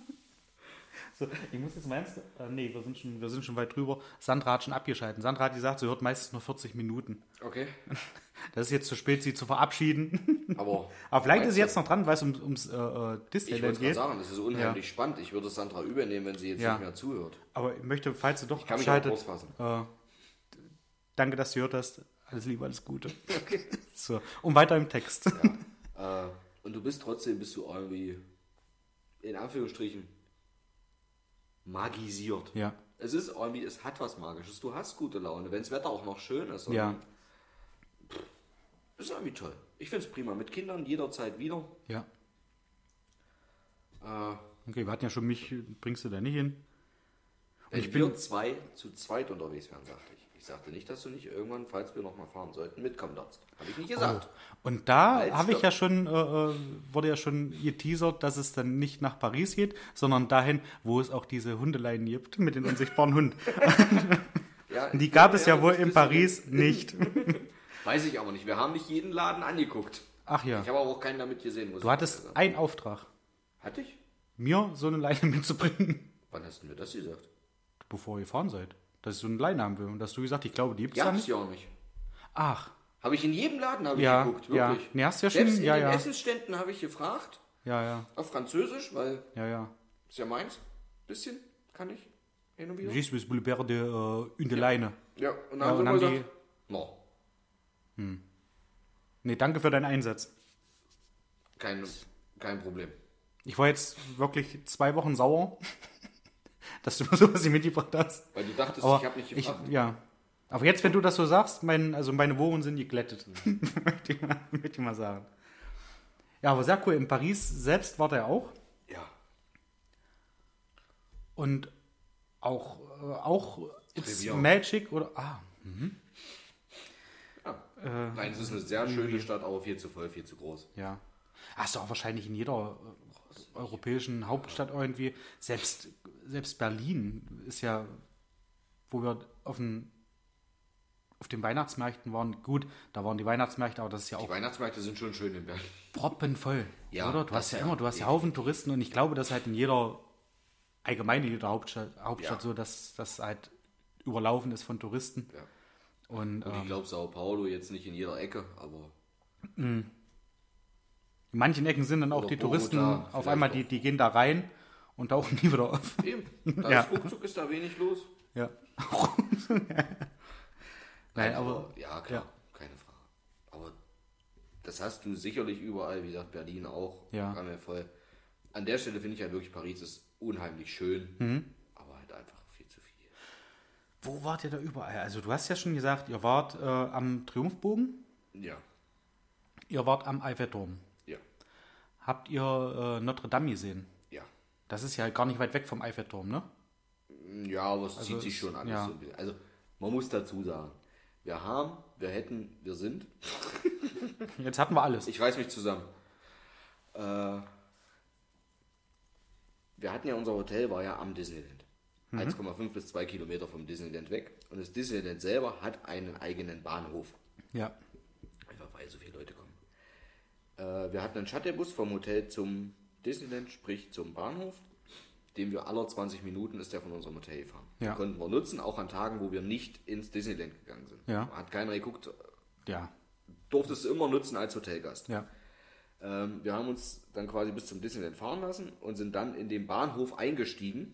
So, ich muss jetzt meinst du? Äh, nee, wir sind, schon, wir sind schon weit drüber. Sandra hat schon abgeschalten. Sandra hat gesagt, sie hört meistens nur vierzig Minuten. Okay. Das ist jetzt zu spät, sie zu verabschieden. Aber, Aber vielleicht ist meinst sie du? jetzt noch dran, weil es um, ums äh, äh, Ich wollte Disneyland gerade geht. sagen, das ist unheimlich spannend. Ich würde Sandra übernehmen, wenn sie jetzt Ja. nicht mehr zuhört. Aber ich möchte, falls du doch Ich kann mich auch abschaltet, kurz fassen. äh, danke, dass du gehört hast. Alles Liebe, alles Gute. So, und weiter im Text. Äh, und du bist trotzdem, bist du irgendwie, in Anführungsstrichen, magisiert. Ja. Es ist irgendwie, es hat was Magisches. Du hast gute Laune, wenn das Wetter auch noch schön ist. Und Ja. pff, ist irgendwie toll. Ich finde es prima. Mit Kindern jederzeit wieder. Ja. Äh, Okay, wir hatten ja schon mich, bringst du da nicht hin? wenn ich wir bin- zwei zu zweit unterwegs wären, sagte ich. Ich sagte nicht, dass du nicht irgendwann, falls wir nochmal fahren sollten, mitkommen darfst. Habe ich nicht gesagt. Und da Halt, habe ich stopp. ja schon, äh, äh, wurde ja schon geteasert, dass es dann nicht nach Paris geht, sondern dahin, wo es auch diese Hundeleien gibt mit den unsichtbaren Hunden. Ja, Die ich gab glaube, es ja das wohl ist in ein Paris nicht. bisschen- Weiß ich aber nicht. Wir haben nicht jeden Laden angeguckt. Ach ja, Ich habe aber auch keinen damit gesehen. Muss du ich hattest sagen. einen Auftrag, Hatte ich? mir so eine Leine mitzubringen, Wann hast du mir das gesagt? bevor ihr gefahren seid. Dass ich so eine Leine haben will. Und hast du gesagt, ich glaube, die gibt es da Gab's nicht. ja auch nicht. Ach, Habe ich in jedem Laden habe ich Ja, geguckt, ja. wirklich. Nee, hast du ja Selbst schon- in ja, den ja. Essensständen habe ich gefragt, ja, ja, auf Französisch, weil ja, ja. ist ja meins. Bisschen kann ich hin und wieder. Je suis le père de äh, une Leine. Ja, und dann Ja, haben und sie haben immer die- gesagt, no, Nee, danke für deinen Einsatz. kein, kein Problem. Ich war jetzt wirklich zwei Wochen sauer, dass du mir sowas nicht mitgebracht hast. Weil du dachtest, Aber ich habe nicht ich, gefragt. ja. Aber jetzt, wenn du das so sagst, mein, also meine Wogen sind geglättet. möchte, ich mal, möchte ich mal sagen. Ja, aber sehr cool. In Paris selbst war der auch. Ja. Und auch, äh, auch It's Trivia. Magic oder. Ah, ja. äh, Nein, es ist eine sehr schöne Stadt, aber viel zu voll, viel zu groß. ja. Hast du auch wahrscheinlich in jeder äh, europäischen Hauptstadt irgendwie. Selbst, selbst Berlin ist ja, wo wir auf dem auf den Weihnachtsmärkten waren, gut, da waren die Weihnachtsmärkte, aber das ist ja Die auch Weihnachtsmärkte sind schon schön in Berlin. proppenvoll, Ja, oder? Du das hast ja ja, immer, du hast ja definitiv. Haufen Touristen und ich glaube, das ist halt in jeder, allgemein in jeder Hauptstadt, Hauptstadt Ja. so, dass das halt überlaufen ist von Touristen. Ja. Und Und ich ähm, glaube, Sao Paulo jetzt nicht in jeder Ecke, aber in manchen Ecken sind dann auch Oder die Bogota Touristen auf vielleicht einmal, auch. die, die gehen da rein und tauchen nie wieder auf. eben, da Ja. ist ruckzuck, ist da wenig los. Ja. Nein, Nein, aber, aber ja, klar, ja. keine Frage. Aber das hast du sicherlich überall, wie gesagt, Berlin auch, Ja. haben wir voll. An der Stelle finde ich ja wirklich, Paris ist unheimlich schön, Mhm. aber halt einfach viel zu viel. wo wart ihr da überall? Also du hast ja schon gesagt, ihr wart äh, am Triumphbogen, Ja, ihr wart am Eiffelturm. ja, Habt ihr äh, Notre Dame gesehen? ja. Das ist ja gar nicht weit weg vom Eiffelturm, ne? Ja, aber es Also zieht sich es- schon alles ja. so ein bisschen. Also, man muss dazu sagen, wir haben, wir hätten, wir sind, Jetzt hatten wir alles. ich reiß mich zusammen. Äh, wir hatten ja, unser Hotel war ja am Disneyland. eins Komma fünf bis zwei Kilometer vom Disneyland weg. Und das Disneyland selber hat einen eigenen Bahnhof. Ja. Einfach weil so viele Leute kommen. Äh, wir hatten einen Shuttlebus vom Hotel zum Disneyland, sprich zum Bahnhof, den wir alle zwanzig Minuten ist der von unserem Hotel gefahren. Ja. Den konnten wir nutzen, auch an Tagen, wo wir nicht ins Disneyland gegangen sind. Ja. Hat keiner geguckt, Ja. durftest du immer nutzen als Hotelgast. Ja. Ähm, wir haben uns dann quasi bis zum Disneyland fahren lassen und sind dann in den Bahnhof eingestiegen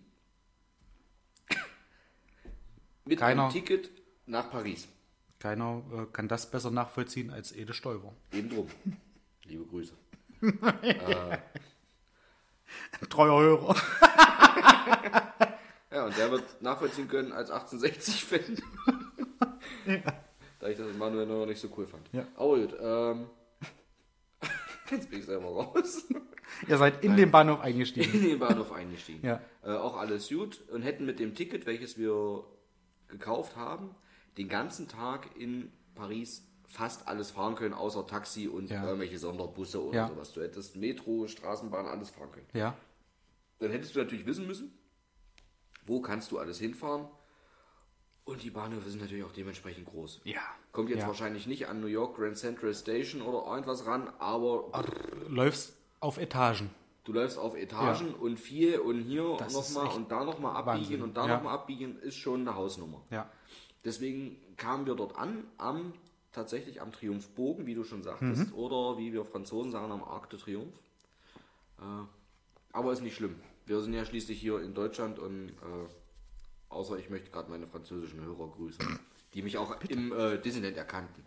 mit Keiner- einem Ticket nach Paris. Keiner äh, kann das besser nachvollziehen als Ede Stoiber. Eben drum. Liebe Grüße. Treuer Hörer. Ja, und der wird nachvollziehen können als achtzehnhundertsechzig-Fan. Da ich das Manuel noch nicht so cool fand. Ja. Aber gut, ähm, jetzt bin ich selber raus. Ihr seid in den Bahnhof eingestiegen. In den Bahnhof eingestiegen. Ja. Äh, auch alles gut und hätten mit dem Ticket, welches wir gekauft haben, den ganzen Tag in Paris fast alles fahren können, außer Taxi und Ja. irgendwelche Sonderbusse oder Ja. sowas. Du hättest Metro, Straßenbahn, alles fahren können. Ja. Dann hättest du natürlich wissen müssen, wo kannst du alles hinfahren. Und die Bahnhöfe sind natürlich auch dementsprechend groß. Ja. Kommt jetzt Ja. wahrscheinlich nicht an New York Grand Central Station oder irgendwas ran, aber Läufst auf Etagen. du läufst auf Etagen und viel und hier Das ist nochmal echt und da nochmal abbiegen Wahnsinn. und da Ja. nochmal abbiegen, ist schon eine Hausnummer. Ja. Deswegen kamen wir dort an, am tatsächlich am Triumphbogen, wie du schon sagtest, Mhm. oder wie wir Franzosen sagen, am Arc de Triomphe. Äh, aber ist nicht schlimm. Wir sind ja schließlich hier in Deutschland und äh, außer ich möchte gerade meine französischen Hörer grüßen, die mich auch im äh, Disneyland erkannten.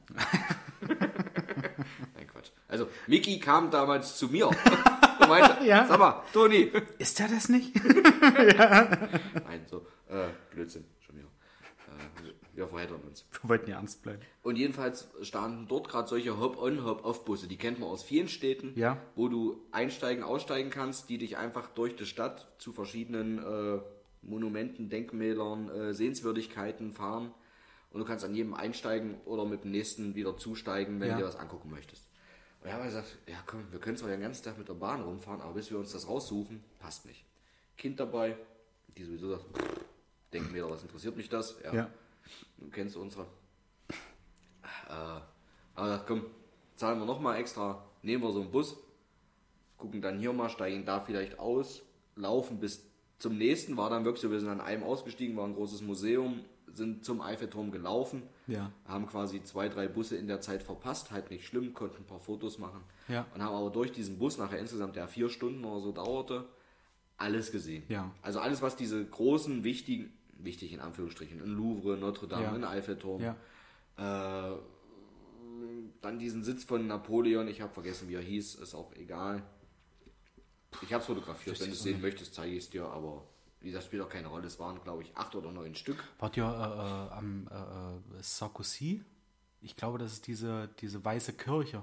Nein, Quatsch. Also, Mickey kam damals zu mir und meinte, Ja. sag mal, Toni. Ist der das nicht? Nein, so, äh, Blödsinn, schon wieder. Äh, wir verheddern uns. Wir wollten ja ernst bleiben. Und jedenfalls standen dort gerade solche Hop-on, Hop-off-Busse, die kennt man aus vielen Städten, Ja. wo du einsteigen, aussteigen kannst, die dich einfach durch die Stadt zu verschiedenen äh, Monumenten, Denkmälern, äh, Sehenswürdigkeiten fahren. Und du kannst an jedem einsteigen oder mit dem nächsten wieder zusteigen, wenn Ja. du dir was angucken möchtest. Und ich habe gesagt, ja komm, wir können zwar den ganzen Tag mit der Bahn rumfahren, aber bis wir uns das raussuchen, passt nicht. Kind dabei, die sowieso sagt, pff, Denkmäler, was interessiert mich das? Ja. Du kennst unsere. Äh, aber komm, zahlen wir nochmal extra, nehmen wir so einen Bus, gucken dann hier mal, steigen da vielleicht aus, laufen bis zum nächsten, war dann wirklich so, wir sind an einem ausgestiegen, war ein großes Museum, sind zum Eiffelturm gelaufen, Ja. haben quasi zwei, drei Busse in der Zeit verpasst, halt nicht schlimm, konnten ein paar Fotos machen Ja. und haben aber durch diesen Bus nachher insgesamt, der vier Stunden oder so dauerte, alles gesehen. Ja. Also alles, was diese großen, wichtigen, wichtig in Anführungsstrichen, in Louvre, Notre Dame, Ja. in Eiffelturm, Ja. äh, dann diesen Sitz von Napoleon, ich habe vergessen, wie er hieß, ist auch egal. Ich habe es fotografiert, Wüsste wenn du ich es auch sehen nicht. möchtest, zeige ich es dir, aber wie gesagt, spielt auch keine Rolle. Es waren, glaube ich, acht oder neun Stück. Wart ihr äh, äh, am äh, äh, Sarkozy? Ich glaube, das ist diese, diese weiße Kirche.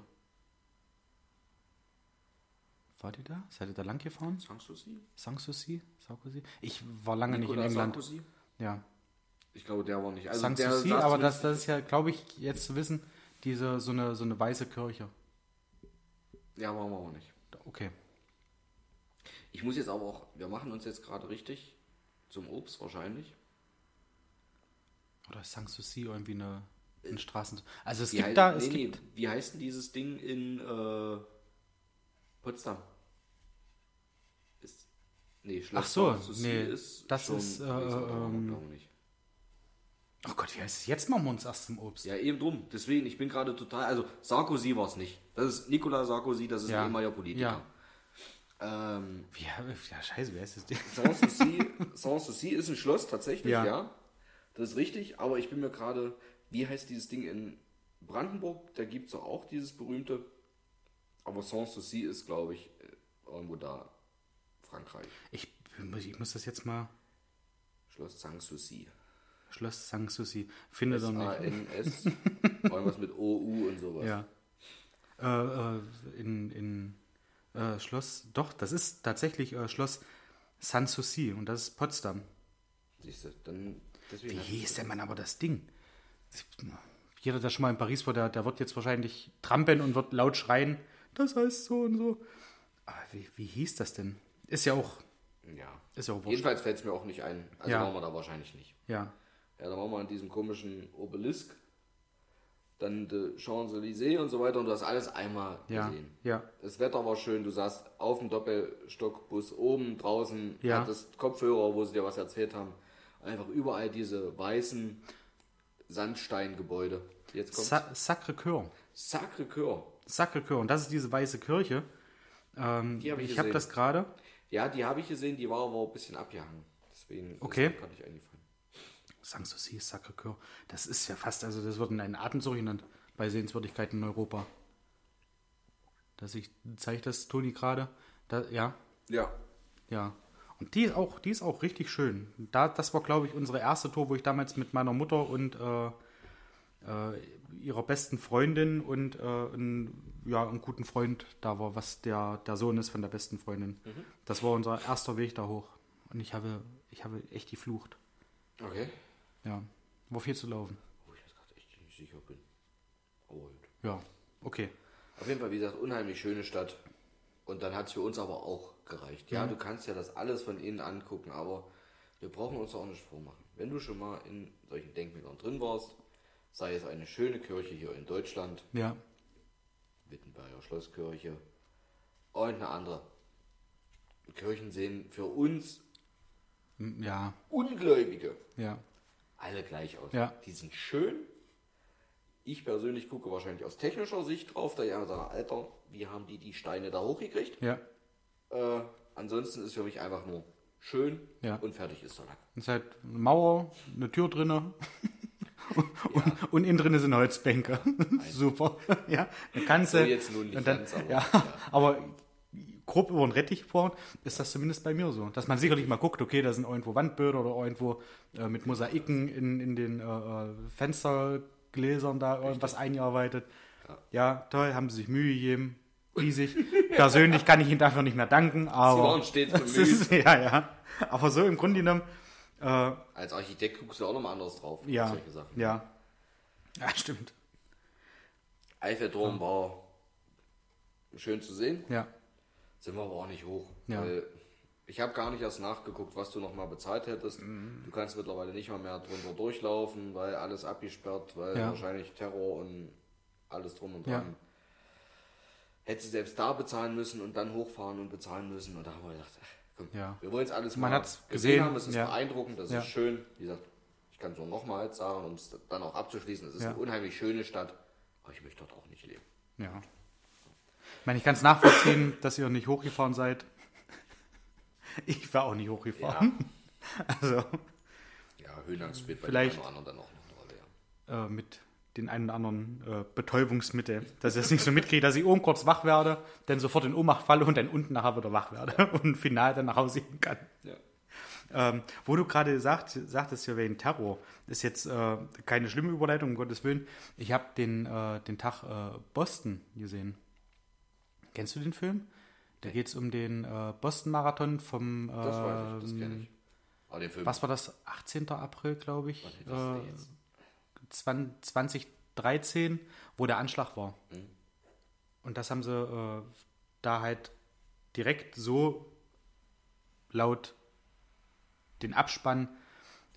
Wart ihr da? Seid ihr da lang gefahren? Sanssouci? Sanssouci? Sarkozy? Ich war lange Nicolas nicht in England. Sarkozy? Ja. Ich glaube, der war nicht. Also der Sanssouci, saß aber zumindest- das, das ist ja, glaube ich, jetzt zu wissen, diese, so eine, so eine weiße Kirche. Ja, waren wir auch nicht. Okay. Ich muss jetzt aber auch, wir machen uns jetzt gerade richtig zum Obst wahrscheinlich. Oder ist Sanssouci irgendwie eine in Straßen. Also es Wie gibt hei- da, nee, es nee, gibt, wie heißt denn dieses Ding in äh, Potsdam? Ist, nee, Schloss Ach so, Sanssouci nee, ist das schon ist, äh, gewesen, aber da waren wir, ähm, glaube ich, nicht. oh Gott, wie heißt es? Jetzt machen wir uns erst zum Obst. Ja, eben drum. Deswegen, ich bin gerade total. Also, Sarkozy war es nicht. Das ist Nicolas Sarkozy, das ist Ja. ein ehemaliger Politiker. Ja. Ähm, Wie, ja, scheiße, wie heißt das Ding? Sanssouci, Sanssouci ist ein Schloss, tatsächlich, Ja. ja. Das ist richtig, aber ich bin mir gerade. Wie heißt dieses Ding in Brandenburg? Da gibt es auch dieses berühmte. Aber Sanssouci ist, glaube ich, irgendwo da. Frankreich. Ich, ich muss das jetzt mal. Schloss Sanssouci. Schloss Sanssouci. Findet er S A nicht. N S. Irgendwas mit O U und sowas. Ja. Äh, äh, in in äh, Schloss. Doch, das ist tatsächlich äh, Schloss Sanssouci und das ist Potsdam. Siehst du, dann. Deswegen Wie hat- hieß denn man aber das Ding? Jeder, der schon mal in Paris war, der, der wird jetzt wahrscheinlich trampeln und wird laut schreien. Das heißt so und so. Aber wie, wie hieß das denn? Ist ja auch. Ja. Ist ja auch wurscht. Jedenfalls fällt es mir auch nicht ein. Also Ja. machen wir da wahrscheinlich nicht. Ja. Ja, dann waren wir an diesem komischen Obelisk. Dann die Champs-Élysées und so weiter. Und du hast alles einmal Ja. gesehen. Ja. Das Wetter war schön. Du saßt auf dem Doppelstockbus oben, draußen. Ja. Hattest Kopfhörer, wo sie dir was erzählt haben. Einfach überall diese weißen Sandsteingebäude. Jetzt kommt Sa Sacré-Cœur. Sacré-Cœur. Sacré-Cœur. Und das ist diese weiße Kirche. Ähm, Die hab ich ich habe gesehen. das gerade. Ja, die habe ich gesehen. Die war aber ein bisschen abgehangen. Deswegen Okay. ist mir gerade nicht eingefallen. Sanssouci, Sacré-Cœur. Das ist ja fast, also das wird in einen Atemzug genannt bei Sehenswürdigkeiten in Europa. Dass ich, zeigt das Toni gerade? Da, ja, Ja. ja. Und die ist auch, die ist auch richtig schön. Da, das war, glaube ich, unsere erste Tour, wo ich damals mit meiner Mutter und äh, äh, ihrer besten Freundin und äh, ein, ja, einen guten Freund da war, was der, der Sohn ist von der besten Freundin. Das war unser erster Weg da hoch. Und ich habe, ich habe echt geflucht. Okay. Ja, war viel zu laufen. Wo ich jetzt gerade echt nicht sicher bin. Aber gut. Ja, okay. Auf jeden Fall, wie gesagt, unheimlich schöne Stadt. Und dann hat es für uns aber auch gereicht. Ja, Mhm. du kannst ja das alles von innen angucken, aber wir brauchen uns auch nicht vormachen. Wenn du schon mal in solchen Denkmälern drin warst, sei es eine schöne Kirche hier in Deutschland, Ja, Wittenberger Schlosskirche, und eine andere. Kirchen sehen für uns m, ja, Ungläubige ja, alle gleich aus. Ja. Die sind schön. Ich persönlich gucke wahrscheinlich aus technischer Sicht drauf, da ich einfach sage, Alter, wie haben die die Steine da hochgekriegt? ja. Äh, ansonsten ist für mich einfach nur schön Ja. und fertig ist der Lack. Es ist halt eine Mauer, eine Tür drinne und, und innen drinne sind Holzbänke. Super. Ja, eine Kanzel. So jetzt nun nicht und dann, ganz, aber, ja, ja. aber grob über den Rettich fahren, ist das zumindest bei mir so. Dass man sicherlich mal guckt, okay, da sind irgendwo Wandbilder oder irgendwo äh, mit Mosaiken in, in den äh, äh, Fenstergläsern da irgendwas eingearbeitet. Ja. ja, toll, haben sie sich Mühe gegeben. Riesig. Persönlich kann ich ihnen dafür nicht mehr danken, aber. Sie waren stets das bemüht. ist, ja, ja. Aber so im Grunde genommen, äh, Als Architekt guckst du auch nochmal anders drauf. auf ja, Solche Sachen. ja. Ja, stimmt. Eiffelturm war schön zu sehen. Ja, Sind wir aber auch nicht hoch. Ja. Weil ich habe gar nicht erst nachgeguckt, was du nochmal bezahlt hättest. Mhm. Du kannst mittlerweile nicht mal mehr drunter durchlaufen, weil alles abgesperrt, weil Ja. wahrscheinlich Terror und alles drum und Ja. dran. Hättest du selbst da bezahlen müssen und dann hochfahren und bezahlen müssen. Und da haben wir gedacht, ach, komm, Ja. wir wollen es alles Man mal hat's gesehen, haben. Es ist ja. beeindruckend, das Ja. ist schön. Wie gesagt, ich kann es nur nochmals sagen, um es dann auch abzuschließen. Es ist Ja. eine unheimlich schöne Stadt, aber ich möchte dort auch nicht leben. ja. Ich meine, ich kann es nachvollziehen, dass ihr nicht hochgefahren seid. Ich war auch nicht hochgefahren. Also Ja, Höhenangst spielt bei Vielleicht- dem einen oder anderen dann auch noch eine Rolle. Ja. äh, mit den einen oder anderen äh, Betäubungsmittel, dass ich es nicht so mitkriege, dass ich oben kurz wach werde, dann sofort in Ohnmacht falle und dann unten nachher wieder wach werde und final dann nach Hause gehen kann. Ja. Ähm, wo du gerade sagt, sagtest, ja wegen Terror, ist jetzt äh, keine schlimme Überleitung, um Gottes Willen. Ich habe den, äh, den Tag äh, Boston gesehen. Kennst du den Film? Da geht es um den äh, Boston-Marathon vom, äh, Das weiß ich, das kenne ich. Aber den Film. was war das, achtzehnten April, glaube ich, Was ist das denn äh, jetzt? zwanzig dreizehn, wo der Anschlag war. Mhm. Und das haben sie äh, da halt direkt so laut den Abspann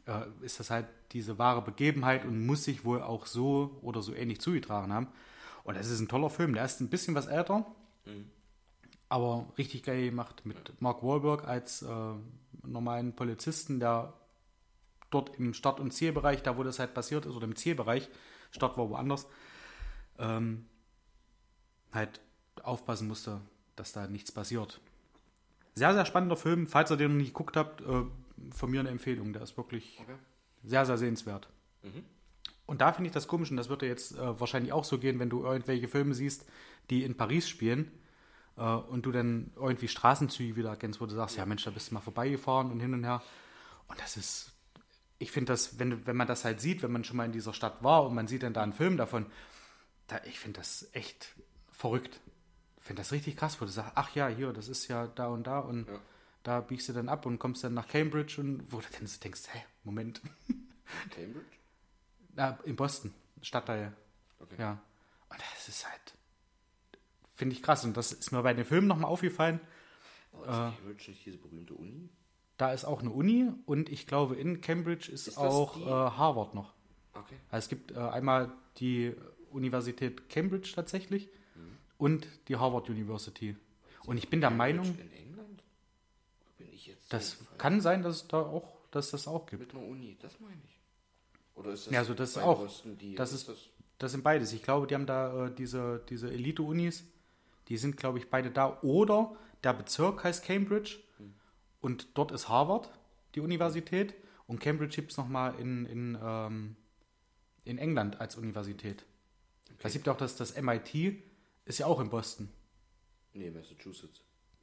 äh, ist das halt diese wahre Begebenheit und muss sich wohl auch so oder so ähnlich zugetragen haben. Und das ist ein toller Film. Der ist ein bisschen was älter, mhm. aber richtig geil gemacht. Mit Mark Wahlberg als äh, normalen Polizisten, der dort im Start- und Zielbereich, da wo das halt passiert ist, oder im Zielbereich, Start war woanders, ähm, halt aufpassen musste, dass da nichts passiert. Sehr, sehr spannender Film. Falls ihr den noch nicht geguckt habt, äh, von mir eine Empfehlung. Der ist wirklich okay. sehr, sehr sehenswert. Mhm. Und da finde ich das komisch, und das wird dir jetzt äh, wahrscheinlich auch so gehen, wenn du irgendwelche Filme siehst, die in Paris spielen äh, und du dann irgendwie Straßenzüge wieder erkennst, wo du sagst, ja Mensch, da bist du mal vorbeigefahren und hin und her. Und das ist, ich finde das, wenn, wenn man das halt sieht, wenn man schon mal in dieser Stadt war und man sieht dann da einen Film davon, da, ich finde das echt verrückt. Ich finde das richtig krass, wo du sagst, ach ja, hier, das ist ja da und da und ja. da biegst du dann ab und kommst dann nach Cambridge und wo du dann so denkst, hä, Moment. Cambridge? Na, in Boston, Stadtteil. Okay. Ja. Und das ist halt, finde ich krass. Und das ist mir bei den Filmen nochmal aufgefallen. Oh, ist äh, Cambridge nicht diese berühmte Uni? Da ist auch eine Uni und ich glaube, in Cambridge ist, ist auch äh, Harvard noch. Okay. Also es gibt äh, einmal die Universität Cambridge tatsächlich mhm. und die Harvard University. Und ich bin der Meinung, in England? Bin ich jetzt das so kann sein, dass es da auch, dass das auch gibt. Mit einer Uni, das meine ich. Oder ist das ja, also das ist auch, Boston, die, das, ist, das? das sind beides. Ich glaube, die haben da äh, diese, diese Elite-Unis, die sind, glaube ich, beide da. Oder der Bezirk heißt Cambridge hm. und dort ist Harvard, die Universität. Und Cambridge gibt es nochmal in, in, ähm, in England als Universität. Okay. Es gibt auch das, das M I T, ist ja auch in Boston. Nee, Massachusetts.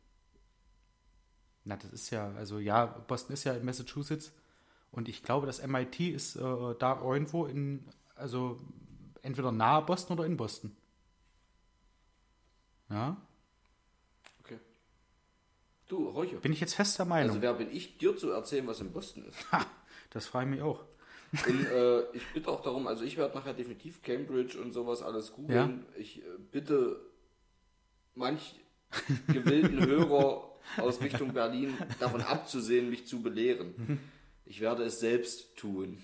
Na, das ist ja, also ja, Boston ist ja in Massachusetts. Und ich glaube, das M I T ist äh, da irgendwo in, also entweder nahe Boston oder in Boston. Ja. Okay. Du, Räucher. Bin ich jetzt fest der Meinung. Also wer bin ich, dir zu erzählen, was in Boston ist? Ha, das frage ich mich auch. Und äh, ich bitte auch darum, also ich werde nachher definitiv Cambridge und sowas alles googeln. Ja? Ich äh, bitte manch gewillten Hörer aus Richtung Berlin davon abzusehen, mich zu belehren. Ich werde es selbst tun.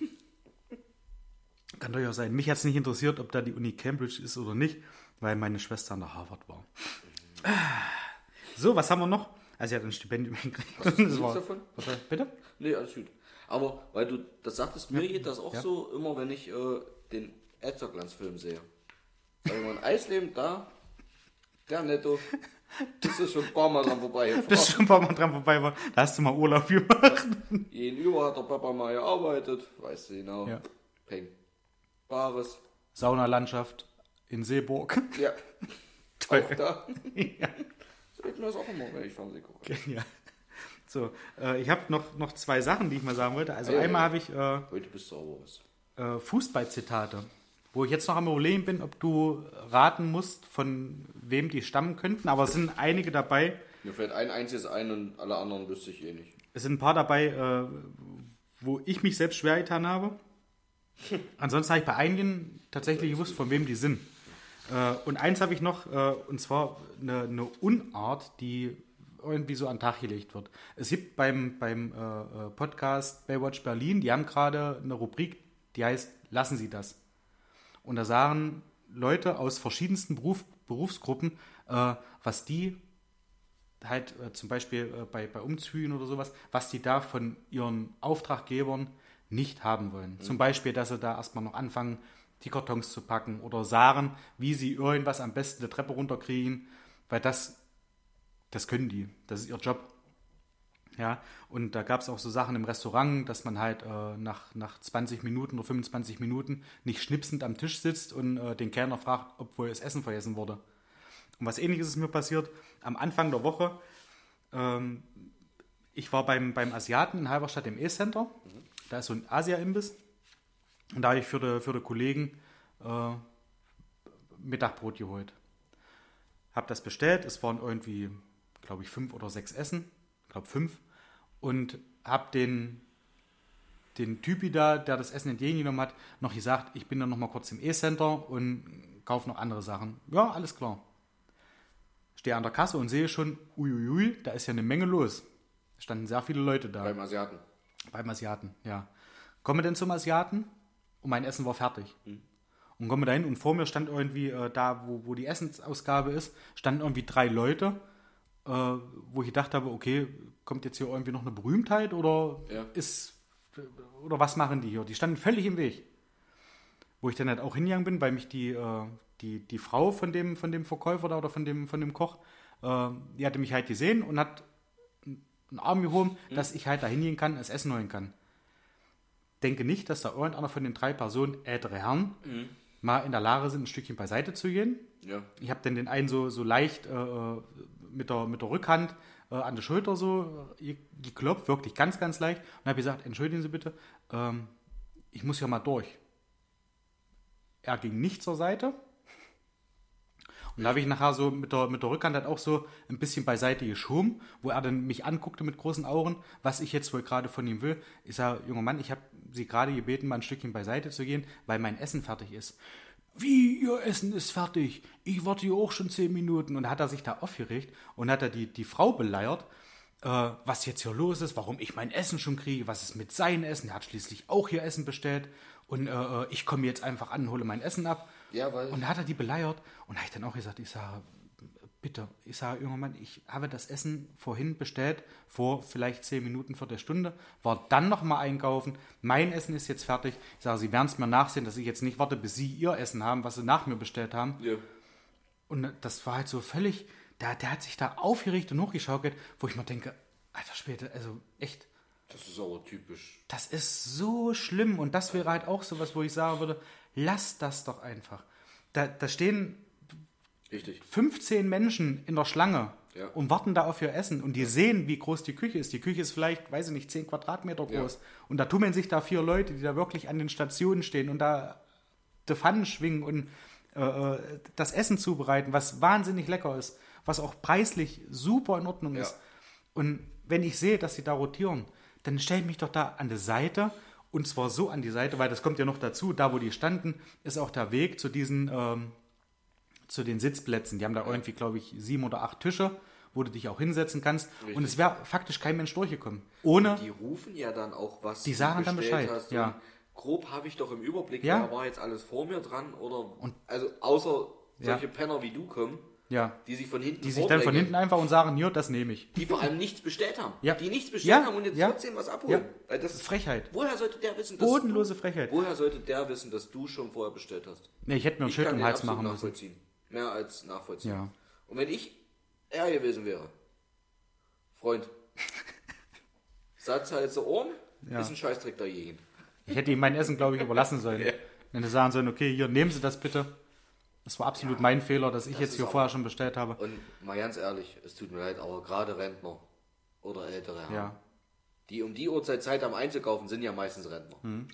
Kann durchaus sein. Mich hat es nicht interessiert, ob da die Uni Cambridge ist oder nicht, weil meine Schwester an der Harvard war. Mhm. So, was haben wir noch? Also sie hat ein Stipendium gekriegt. Was ist war, davon? Was, bitte? Nee, alles gut. Aber, weil du das sagtest, mir ja. geht das auch ja. so, immer wenn ich äh, den Erzerglanz-Film sehe. Sag ich mal, ein Eisleben da, der Netto. Das ist schon ein paar Mal dran vorbei. Das ist schon ein paar Mal dran vorbei. Da hast du mal Urlaub gemacht. Gegenüber hat der Papa mal gearbeitet. Weißt du genau. Ja. Peng. Bares. Saunalandschaft in Seeburg. Ja. Toll. Auch da. Ja. So geht mir das auch immer, wenn ich Fernsehen gucke. Okay, ja. So, äh, ich habe noch, noch zwei Sachen, die ich mal sagen wollte. Also ja, einmal ja. habe ich äh, heute bist du aber was. Äh, Fußballzitate. Wo ich jetzt noch am Überlegen bin, ob du raten musst, von wem die stammen könnten. Aber es sind einige dabei. Mir fällt ein einziges ein und alle anderen wüsste ich eh nicht. Es sind ein paar dabei, äh, wo ich mich selbst schwer getan habe. Ansonsten habe ich bei einigen tatsächlich gewusst, von wem die sind. Äh, und eins habe ich noch, äh, und zwar eine, eine Unart, die irgendwie so an den Tag gelegt wird. Es gibt beim, beim äh, Podcast Baywatch Berlin, die haben gerade eine Rubrik, die heißt Lassen Sie das. Und da sagen Leute aus verschiedensten Beruf, Berufsgruppen, äh, was die halt äh, zum Beispiel äh, bei, bei Umzügen oder sowas, was die da von ihren Auftraggebern nicht haben wollen. Mhm. Zum Beispiel, dass sie da erstmal noch anfangen, die Kartons zu packen oder sagen, wie sie irgendwas am besten die Treppe runterkriegen, weil das, das können die, das ist ihr Job. Ja, und da gab es auch so Sachen im Restaurant, dass man halt äh, nach, nach zwanzig Minuten oder fünfundzwanzig Minuten nicht schnipsend am Tisch sitzt und äh, den Kellner fragt, ob wohl das Essen vergessen wurde. Und was Ähnliches ist mir passiert am Anfang der Woche. Ähm, ich war beim, beim Asiaten in Halberstadt im E-Center. Mhm. Da ist so ein Asia-Imbiss. Und da habe ich für die, für die Kollegen äh, Mittagbrot geholt. Habe das bestellt. Es waren irgendwie, glaube ich, fünf oder sechs Essen. Ich glaube fünf. Und habe den, den Typi da, der das Essen entgegengenommen hat, noch gesagt, ich bin dann noch mal kurz im E-Center und kaufe noch andere Sachen. Ja, alles klar. Stehe an der Kasse und sehe schon, uiuiui, da ist ja eine Menge los. Es standen sehr viele Leute da. Beim Asiaten. Beim Asiaten, ja. Komme dann zum Asiaten und mein Essen war fertig. Mhm. Und komme dahin und vor mir stand irgendwie, äh, da wo, wo die Essensausgabe ist, standen irgendwie drei Leute, äh, wo ich gedacht habe, okay, kommt jetzt hier irgendwie noch eine Berühmtheit oder Ja. ist oder was machen die hier? Die standen völlig im Weg. Wo ich dann halt auch hingegangen bin, weil mich die, äh, die, die Frau von dem, von dem Verkäufer da oder von dem, von dem Koch, äh, die hatte mich halt gesehen und hat einen Arm gehoben, mhm. dass ich halt da hingehen kann, das Essen holen kann. Denke nicht, dass da irgendeiner von den drei Personen, ältere Herren, mhm. mal in der Lage sind, ein Stückchen beiseite zu gehen. Ja. Ich habe dann den einen so, so leicht äh, mit, der, mit der Rückhand äh, an der Schulter so äh, geklopft, wirklich ganz, ganz leicht. Und habe gesagt, entschuldigen Sie bitte, ähm, ich muss ja mal durch. Er ging nicht zur Seite. Und da habe ich nachher so mit der, mit der Rückhand halt auch so ein bisschen beiseite geschoben, wo er dann mich anguckte mit großen Augen, was ich jetzt wohl gerade von ihm will. Ich sage, junger Mann, ich habe Sie gerade gebeten, mal ein Stückchen beiseite zu gehen, weil mein Essen fertig ist. Wie, Ihr Essen ist fertig? Ich warte hier auch schon zehn Minuten. Und hat er sich da aufgeregt und hat er die, die Frau beleiert, äh, was jetzt hier los ist, warum ich mein Essen schon kriege, was ist mit seinem Essen. Er hat schließlich auch hier Essen bestellt und äh, ich komme jetzt einfach an und hole mein Essen ab. Ja, weil und da hat er die beleiert und da habe ich dann auch gesagt, ich sage, bitte, ich sage, junger Mann, ich habe das Essen vorhin bestellt, vor vielleicht zehn Minuten, Viertelstunde, war dann nochmal einkaufen, mein Essen ist jetzt fertig. Ich sage, Sie werden es mir nachsehen, dass ich jetzt nicht warte, bis Sie Ihr Essen haben, was Sie nach mir bestellt haben. Ja. Und das war halt so völlig, der, der hat sich da aufgeregt und hochgeschaukelt, wo ich mir denke, alter Späte, also echt. Das ist aber typisch. Das ist so schlimm und das wäre halt auch sowas, wo ich sagen würde, lass das doch einfach. Da, da stehen Richtig. fünfzehn Menschen in der Schlange ja. und warten da auf ihr Essen und die ja. sehen, wie groß die Küche ist. Die Küche ist vielleicht, weiß ich nicht, zehn Quadratmeter groß. Ja. Und da tummeln sich da vier Leute, die da wirklich an den Stationen stehen und da die Pfannen schwingen und äh, das Essen zubereiten, was wahnsinnig lecker ist, was auch preislich super in Ordnung ja. ist. Und wenn ich sehe, dass sie da rotieren, dann stelle ich mich doch da an die Seite. Und zwar so an die Seite, weil das kommt ja noch dazu, da wo die standen, ist auch der Weg zu diesen, ähm, zu den Sitzplätzen. Die haben da irgendwie, glaube ich, sieben oder acht Tische, wo du dich auch hinsetzen kannst. Richtig. Und es wäre faktisch kein Mensch durchgekommen. Ohne. Und die rufen ja dann auch, was die sagen dann Bescheid. Hast. Ja. Grob habe ich doch im Überblick, ja. wer war jetzt alles vor mir dran oder. Und, also außer solche ja. Penner wie du kommen. Ja. Die sich von hinten Die sich dann von hinten einfach und sagen, ja, das nehme ich. Die vor allem nichts bestellt haben. Ja. Die nichts bestellt ja. haben und jetzt ja. trotzdem was abholen. Ja. Weil das ist Frechheit. Woher sollte der wissen, dass Bodenlose du, Frechheit. Woher sollte der wissen, dass du schon vorher bestellt hast? Nee, ich hätte mir ein Schild um den Hals machen müssen. Mehr als nachvollziehen. Ja. Und wenn ich er gewesen wäre, Freund, Satz halt so Ohren, ja. ist ein Scheißdreck dagegen. Ich hätte ihm mein Essen, glaube ich, überlassen sollen. Ja. Wenn sie sagen sollen, okay, hier, nehmen Sie das bitte. Das war absolut ja, mein Fehler, dass ich jetzt hier vorher schon bestellt habe. Und mal ganz ehrlich, es tut mir leid, aber gerade Rentner oder ältere Herren, ja. die um die Uhrzeit Zeit haben einzukaufen, sind ja meistens Rentner. Mhm.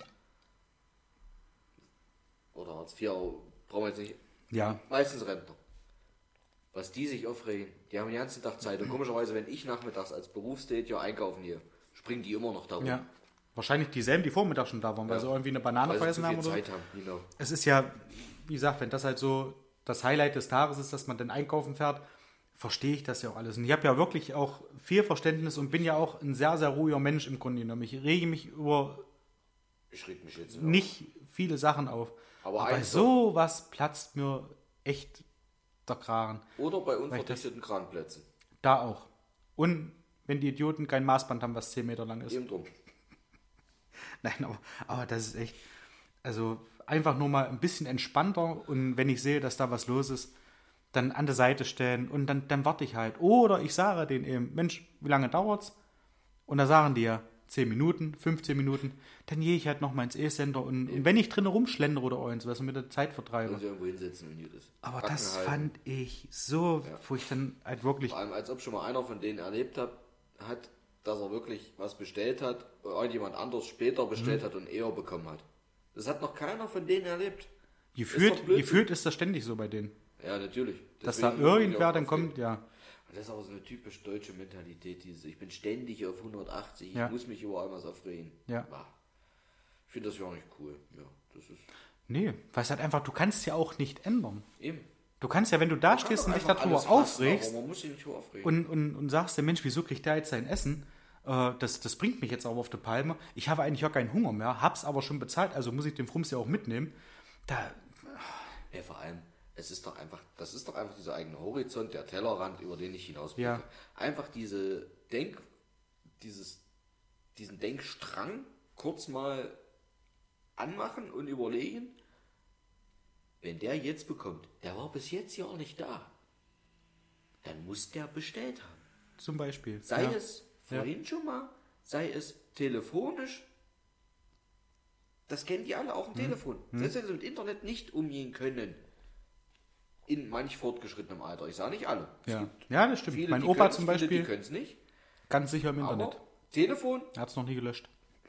Oder Hartz vier, brauchen wir jetzt nicht. Ja. Meistens Rentner. Was die sich aufregen, die haben den ganzen Tag Zeit. Und komischerweise, wenn ich nachmittags als Berufstätiger einkaufen hier, springen die immer noch da rum. Ja. Wahrscheinlich dieselben, die vormittags schon da waren, weil ja. sie irgendwie eine Banane fressen haben oder so. Zeit haben. Genau. Es ist ja, wie gesagt, wenn das halt so das Highlight des Tages ist, dass man dann einkaufen fährt, verstehe ich das ja auch alles. Und ich habe ja wirklich auch viel Verständnis und bin ja auch ein sehr, sehr ruhiger Mensch im Grunde genommen. Ich rege mich über ich reg mich jetzt nicht viele Sachen auf. Aber, Aber bei sowas platzt mir echt der Kragen. Oder bei unverdichteten Kranplätzen. Da auch. Und wenn die Idioten kein Maßband haben, was zehn Meter lang ist. Eben drum. Nein, aber, aber das ist echt, also einfach nur mal ein bisschen entspannter und wenn ich sehe, dass da was los ist, dann an der Seite stellen und dann, dann warte ich halt. Oder ich sage denen eben, Mensch, wie lange dauert's? Und da sagen die ja zehn Minuten, fünfzehn Minuten, dann gehe ich halt noch mal ins E-Center und, und wenn ich drinnen rumschlendere oder eins, was mir die Zeit vertreibe. Also irgendwo hinsetzen, wenn ihr das aber Backen das halten. Fand ich so, ja. wo ich dann halt wirklich... Vor allem, als ob schon mal einer von denen erlebt hat, hat dass er wirklich was bestellt hat, oder jemand anderes später bestellt mhm. hat und eher bekommen hat. Das hat noch keiner von denen erlebt. Gefühlt ist, gefühlt ist das ständig so bei denen. Ja, natürlich. Deswegen dass da irgendwer dann kommt, ja. Und das ist auch so eine typisch deutsche Mentalität, diese, ich bin ständig auf hundertachtzig, ja. ich muss mich über einmal aufregen. Ja. Ich finde das ja auch nicht cool. Ja, das ist nee, weil es halt einfach, du kannst ja auch nicht ändern. Eben. Du kannst ja, wenn du da stehst und dich darüber aufregst man muss sich nicht aufregen. Und, und, und sagst, der Mensch, wieso kriegt der jetzt sein Essen? Äh, äh, das, das bringt mich jetzt aber auf die Palme. Ich habe eigentlich auch keinen Hunger mehr, hab's aber schon bezahlt, also muss ich den Frums ja auch mitnehmen. Da, Ja, vor allem, es ist doch einfach, das ist doch einfach dieser eigene Horizont, der Tellerrand, über den ich hinausblicke. Ja. Einfach diese Denk, dieses, diesen Denkstrang kurz mal anmachen und überlegen, wenn der jetzt bekommt, der war bis jetzt ja auch nicht da, dann muss der bestellt haben. zum Beispiel. Sei ja. es vorhin schon mal, sei es telefonisch. Das kennen die alle auch am Telefon. Selbst wenn sie mit Internet nicht umgehen können. In manch fortgeschrittenem Alter. Ich sage nicht alle. Es Ja. gibt ja, das stimmt. viele, Mein die Opa können's, zum viele, Beispiel, die können es nicht. ganz sicher im Internet. Aber Telefon Er hat es noch nie gelöscht.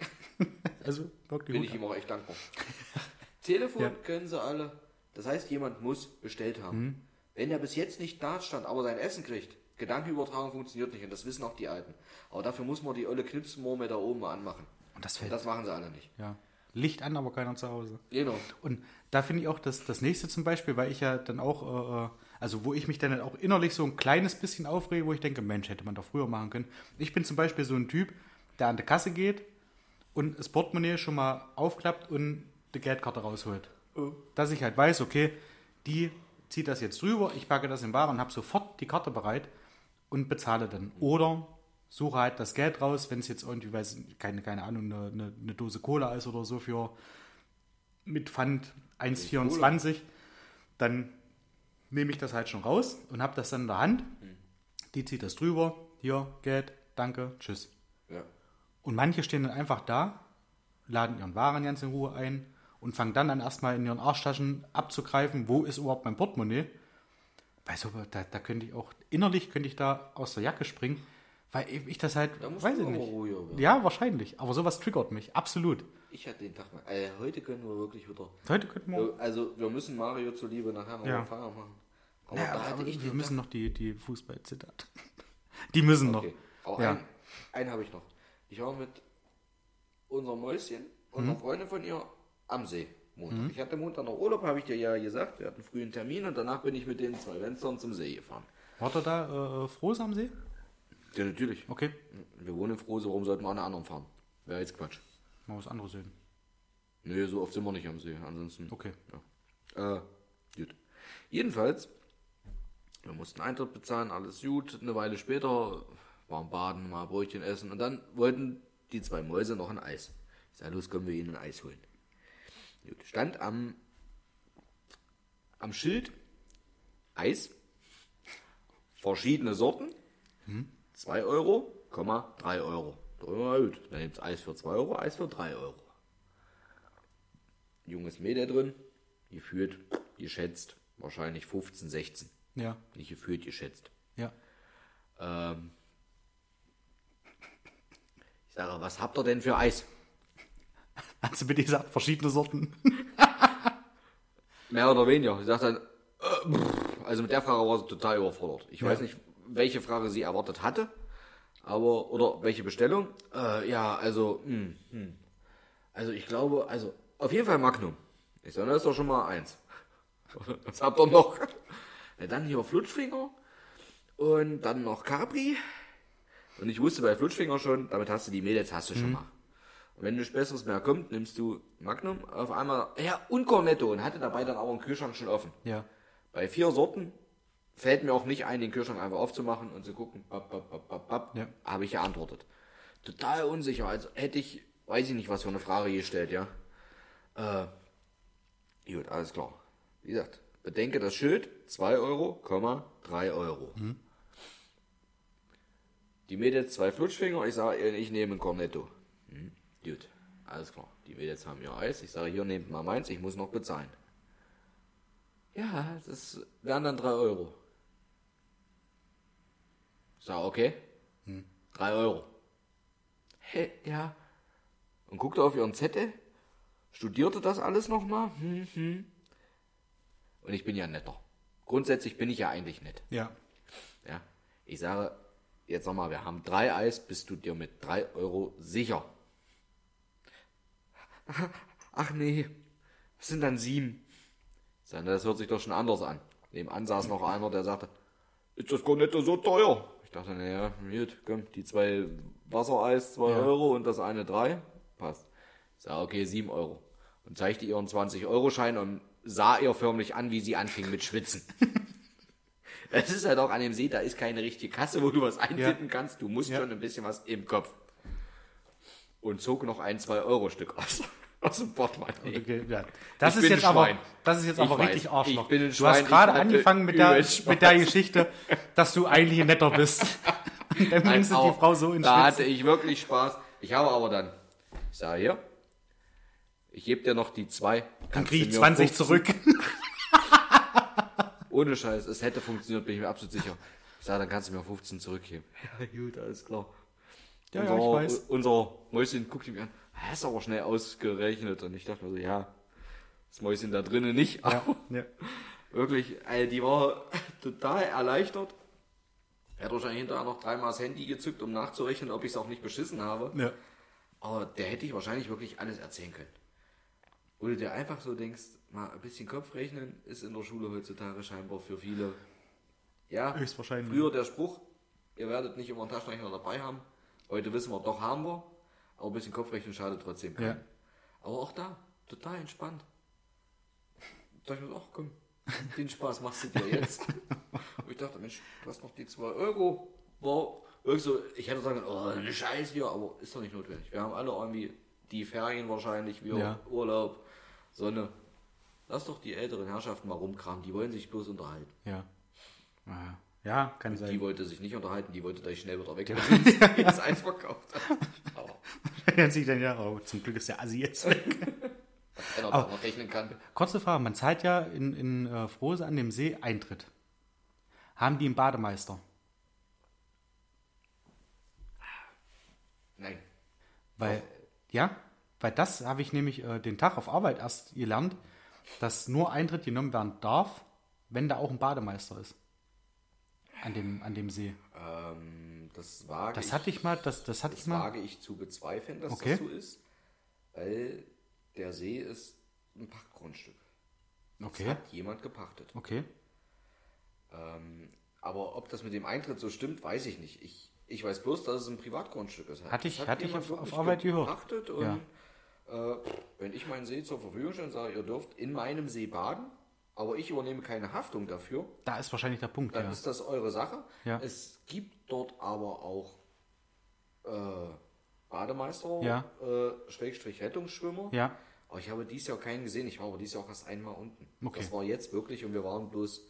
also wirklich. bin Hut ich ab. ihm auch echt dankbar. Telefon Ja. können sie alle. Das heißt, jemand muss bestellt haben. Mhm. Wenn er bis jetzt nicht da stand, aber sein Essen kriegt, Gedankenübertragung funktioniert nicht und das wissen auch die Alten. Aber dafür muss man die olle Knipsmurmel da oben mal anmachen. Und das Und fällt. das machen sie alle nicht. Ja. Licht an, aber keiner zu Hause. Genau. Und da finde ich auch das, das nächste zum Beispiel, weil ich ja dann auch, äh, also wo ich mich dann auch innerlich so ein kleines bisschen aufrege, wo ich denke, Mensch, hätte man doch früher machen können. Ich bin zum Beispiel so ein Typ, der an die Kasse geht und das Portemonnaie schon mal aufklappt und die Geldkarte rausholt. Oh. Dass ich halt weiß, okay, die zieht das jetzt drüber, ich packe das in Ware und habe sofort die Karte bereit und bezahle dann. Oder suche halt das Geld raus, wenn es jetzt irgendwie, weiß ich, keine, keine Ahnung, eine, eine, eine Dose Cola ist oder so für mit Pfand eins Komma vierundzwanzig, dann nehme ich das halt schon raus und habe das dann in der Hand. Die zieht das drüber, hier, Geld, danke, tschüss. Ja. Und manche stehen dann einfach da, laden ihren Waren ganz in Ruhe ein und fangen dann an, erstmal in ihren Arschtaschen abzugreifen, wo ist überhaupt mein Portemonnaie. Bei so, da, da könnte ich auch, innerlich könnte ich da aus der Jacke springen, weil ich das halt, Da musst weiß du ich aber nicht. ruhiger werden. Ja, wahrscheinlich, aber sowas triggert mich, absolut. Ich hatte den Tag mal. Äh, heute können wir wirklich wieder. Heute könnten wir... Also, wir müssen Mario zuliebe nachher noch Ja. eine Feier machen. Aber Ja, da aber hatte ich wir den müssen Tag. noch die, die Fußball-Zitat. Die müssen Okay. noch. Aber Ja. einen, einen habe ich noch. Ich war mit unserem Mäuschen und einer Freundin von ihr am See. Montag. Ich hatte Montag noch Urlaub, habe ich dir ja gesagt. Wir hatten früh einen Termin und danach bin ich mit den zwei Fenstern zum See gefahren. War er da äh, Frohs am See? Ja, natürlich. Okay. Wir wohnen in Frohse, warum sollten wir an einen anderen fahren? Wäre jetzt Quatsch. Mal was anderes sehen. Nö, so oft sind wir nicht am See. Ansonsten. Okay. Ja. Äh, gut. Jedenfalls, wir mussten Eintritt bezahlen, alles gut. Eine Weile später waren baden, mal Brötchen essen und dann wollten die zwei Mäuse noch ein Eis. Ich sage, los, können wir ihnen ein Eis holen. Gut. Stand am, am Schild Eis, verschiedene Sorten, zwei Euro, drei Euro. Ja, gut, dann gibt es Eis für zwei Euro, Eis für drei Euro. Junges Mädel drin, gefühlt, geschätzt, wahrscheinlich fünfzehn, sechzehn. Ja. Nicht gefühlt, geschätzt. Ja. Ähm, ich sage, was habt ihr denn für Eis? Hast du bitte gesagt, verschiedene Sorten? Mehr oder weniger. Sie sagt dann, äh, pff, also mit der Frage war sie total überfordert. Ich Ja. weiß nicht, welche Frage sie erwartet hatte, aber, oder welche Bestellung. Äh, ja, also, hm, hm. Also ich glaube, also, auf jeden Fall Magnum. Ich sage, das ist doch schon mal eins. Was habt ihr noch? Ja, dann hier Flutschfinger und dann noch Capri. Und ich wusste bei Flutschfinger schon, damit hast du die Mädels, hast du schon mal. Und wenn nichts Besseres mehr kommt, nimmst du Magnum. Auf einmal, ja, und Cornetto. Und hatte dabei dann aber einen Kühlschrank schon offen. Ja. Bei vier Sorten fällt mir auch nicht ein, den Kühlschrank einfach aufzumachen und zu gucken, bap, bap, bap, bap, bap, Ja. habe ich geantwortet. Total unsicher. Also hätte ich, weiß ich nicht, was für eine Frage gestellt, ja. Äh, gut, alles klar. Wie gesagt, bedenke das Schild, zwei Euro, drei Euro. Die Mädels zwei Flutschfinger, ich sage, ich nehme ein Cornetto. Hm, gut, alles klar. Die Mädels haben ihr Eis, ich sage, hier nehmt mal meins, ich muss noch bezahlen. Ja, das wären dann drei Euro. Ich sage, okay, drei Euro. Hä, ja. Und guckte auf ihren Zettel, studierte das alles nochmal. Hm, hm. Und ich bin ja netter. Grundsätzlich bin ich ja eigentlich nett. Ja. Ja. Ich sage, jetzt nochmal, wir haben drei Eis, bist du dir mit drei Euro sicher? Ach nee, das sind dann sieben. Ich sage, das hört sich doch schon anders an. Nebenan saß noch einer, der sagte, ist das Cornetto so teuer? Ich dachte, naja, gut, komm, die zwei Wassereis zwei Ja. Euro und das eine drei. Passt. Ich sag, okay, sieben Euro. Und zeigte ihren zwanzig-Euro-Schein und sah ihr förmlich an, wie sie anfing mit Schwitzen. Es ist halt auch an dem See, da ist keine richtige Kasse, wo du was eintippen Ja. kannst. Du musst Ja. schon ein bisschen was im Kopf. Und zog noch ein zwei Euro Stück aus, aus dem Portemonnaie. Okay, ja. Das, Ich ist bin jetzt ein aber, Schwein. das ist jetzt Ich aber weiß, richtig Arschloch. ich bin ein du Schwein, hast gerade ich hatte angefangen mit der, übelst Spaß. mit der Geschichte, dass du eigentlich ein Netter bist. Und dann bringst du die Auch Frau so in Da hatte Schwitzen. ich wirklich Spaß. Ich habe aber dann, ich sage hier, ich gebe dir noch die zwei. Dann kannst krieg du ich mir zwanzig fünfzehn zurück. Ohne Scheiß, es hätte funktioniert, bin ich mir absolut sicher. Ich sage, dann kannst du mir fünfzehn zurückgeben. Ja, gut, alles klar. Ja, unser, ja, ich weiß. Unser Mäuschen guckt mich an. Hast du aber schnell ausgerechnet. Und ich dachte mir so, ja, das Mäuschen da drinnen nicht. Ja, Aber ja. wirklich, also die war total erleichtert. Er hat wahrscheinlich hinterher noch dreimal das Handy gezückt, um nachzurechnen, ob ich es auch nicht beschissen habe. Ja. Aber der hätte ich wahrscheinlich wirklich alles erzählen können. Wo du dir einfach so denkst, mal ein bisschen Kopf rechnen ist in der Schule heutzutage scheinbar für viele. Ja, Höchstwahrscheinlich. früher der Spruch, ihr werdet nicht immer einen Taschenrechner dabei haben. Heute wissen wir, doch haben wir. Aber ein bisschen Kopfrechnen schadet trotzdem keinen. Ja. Aber auch da, total entspannt. Da dachte ich mir so, ach komm, den Spaß machst du dir jetzt. Und ich dachte, Mensch, du hast noch die zwei Euro. War irgendwie so, ich hätte sagen können, oh, eine Scheiße hier, aber ist doch nicht notwendig. Wir haben alle irgendwie die Ferien wahrscheinlich, wir Ja. Urlaub, Sonne. Lass doch die älteren Herrschaften mal rumkramen, die wollen sich bloß unterhalten. Ja. Ja, ja, kann Die sein. wollte sich nicht unterhalten, die wollte gleich schnell wieder weg, wenn sie das eins verkauft hat. Aber Dann sieht dann ja, oh, zum Glück ist der Assi jetzt weg. wenn er doch noch rechnen kann. Kurze Frage, man zahlt ja in, in äh, Frohse an dem See Eintritt. Haben die einen Bademeister? Nein. Weil, ja, weil das habe ich nämlich äh, den Tag auf Arbeit erst gelernt, dass nur Eintritt genommen werden darf, wenn da auch ein Bademeister ist. An dem, an dem See. Ähm, das wage Das ich, hatte ich mal, das, das hatte das ich mal. wage ich zu bezweifeln, dass Okay. das so ist. Weil der See ist ein Pachtgrundstück. Das Okay, hat jemand gepachtet. okay. Ähm, aber ob das mit dem Eintritt so stimmt, weiß ich nicht. Ich, ich weiß bloß, dass es ein Privatgrundstück ist. Hatte ich- Das hat hatte ich jemand auf- wirklich auf Arbeit gehört. gepachtet und Ja. äh, wenn ich meinen See zur Verfügung stelle und sage, ihr dürft in meinem See baden, aber ich übernehme keine Haftung dafür, Da ist wahrscheinlich der Punkt, dann ja. ist das eure Sache. Ja. Es gibt dort aber auch äh, Bademeister, Ja. äh, Schrägstrich Rettungsschwimmer. Ja, Aber ich habe dieses Jahr keinen gesehen. Ich war aber dieses Jahr auch erst einmal unten. Okay. Das war jetzt wirklich und wir waren bloß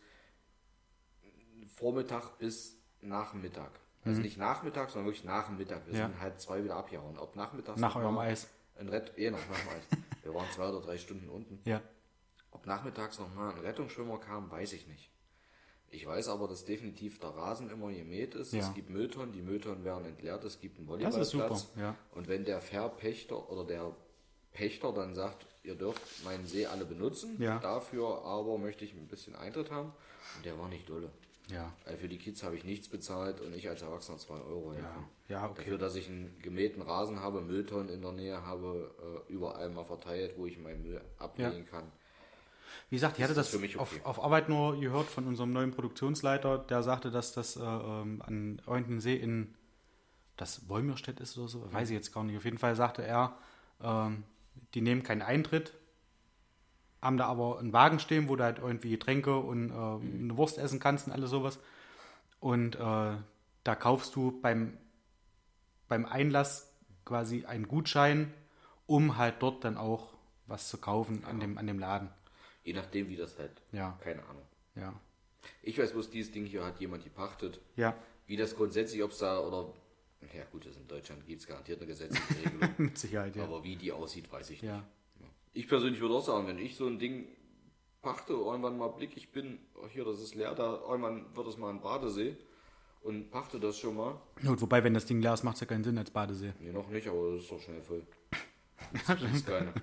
Vormittag bis Nachmittag. Also nicht Nachmittag, sondern wirklich nach dem Mittag. Wir Mhm. Ja. sind halb zwei wieder abgehauen. Ob nachmittags nach noch eurem mal Eis. Ein Rett eh, nach meinem Eis. Wir waren zwei oder drei Stunden unten. Ja. Ob nachmittags noch mal ein Rettungsschwimmer kam, weiß ich nicht. Ich weiß aber, dass definitiv der Rasen immer gemäht ist. Ja. Es gibt Mülltonnen, die Mülltonnen werden entleert, es gibt einen Das Volleyballplatz. ist super, ja. Und wenn der Verpächter oder der Pächter dann sagt, ihr dürft meinen See alle benutzen, Ja. dafür aber möchte ich ein bisschen Eintritt haben. Und der war nicht dolle. Ja. Weil für die Kids habe ich nichts bezahlt und ich als Erwachsener zwei Euro. Ja, ja, okay. Dafür, dass ich einen gemähten Rasen habe, Mülltonnen in der Nähe habe, äh, überall mal verteilt, wo ich meinen Müll ablegen kann. Wie gesagt, ich hatte Ist das das für mich okay? auf, auf Arbeit nur gehört von unserem neuen Produktionsleiter, der sagte, dass das äh, ähm, an irgendeinem See in das Wolmirstedt ist oder so, weiß ich jetzt gar nicht. Auf jeden Fall sagte er, ähm, die nehmen keinen Eintritt, haben da aber einen Wagen stehen, wo du halt irgendwie Getränke und äh, eine Wurst essen kannst und alles sowas. Und äh, da kaufst du beim, beim Einlass quasi einen Gutschein, um halt dort dann auch was zu kaufen an dem, an dem Laden. Je nachdem, wie das halt. Ja. Keine Ahnung. Ja. Ich weiß bloß, dieses Ding hier hat jemand gepachtet. Ja, Wie das grundsätzlich, ob es da oder. Ja, gut, das in Deutschland gibt es garantiert eine gesetzliche Regelung. mit Sicherheit, ja. Aber wie die aussieht, weiß ich Ja. nicht. Ich persönlich würde auch sagen, wenn ich so ein Ding pachte, irgendwann mal blick, ich bin, oh, hier, das ist leer, da irgendwann wird es mal ein Badesee und pachte das schon mal. Gut, wobei, wenn das Ding leer ist, macht es ja keinen Sinn als Badesee. Nee, noch nicht, aber das ist doch schnell voll. Das ist keine.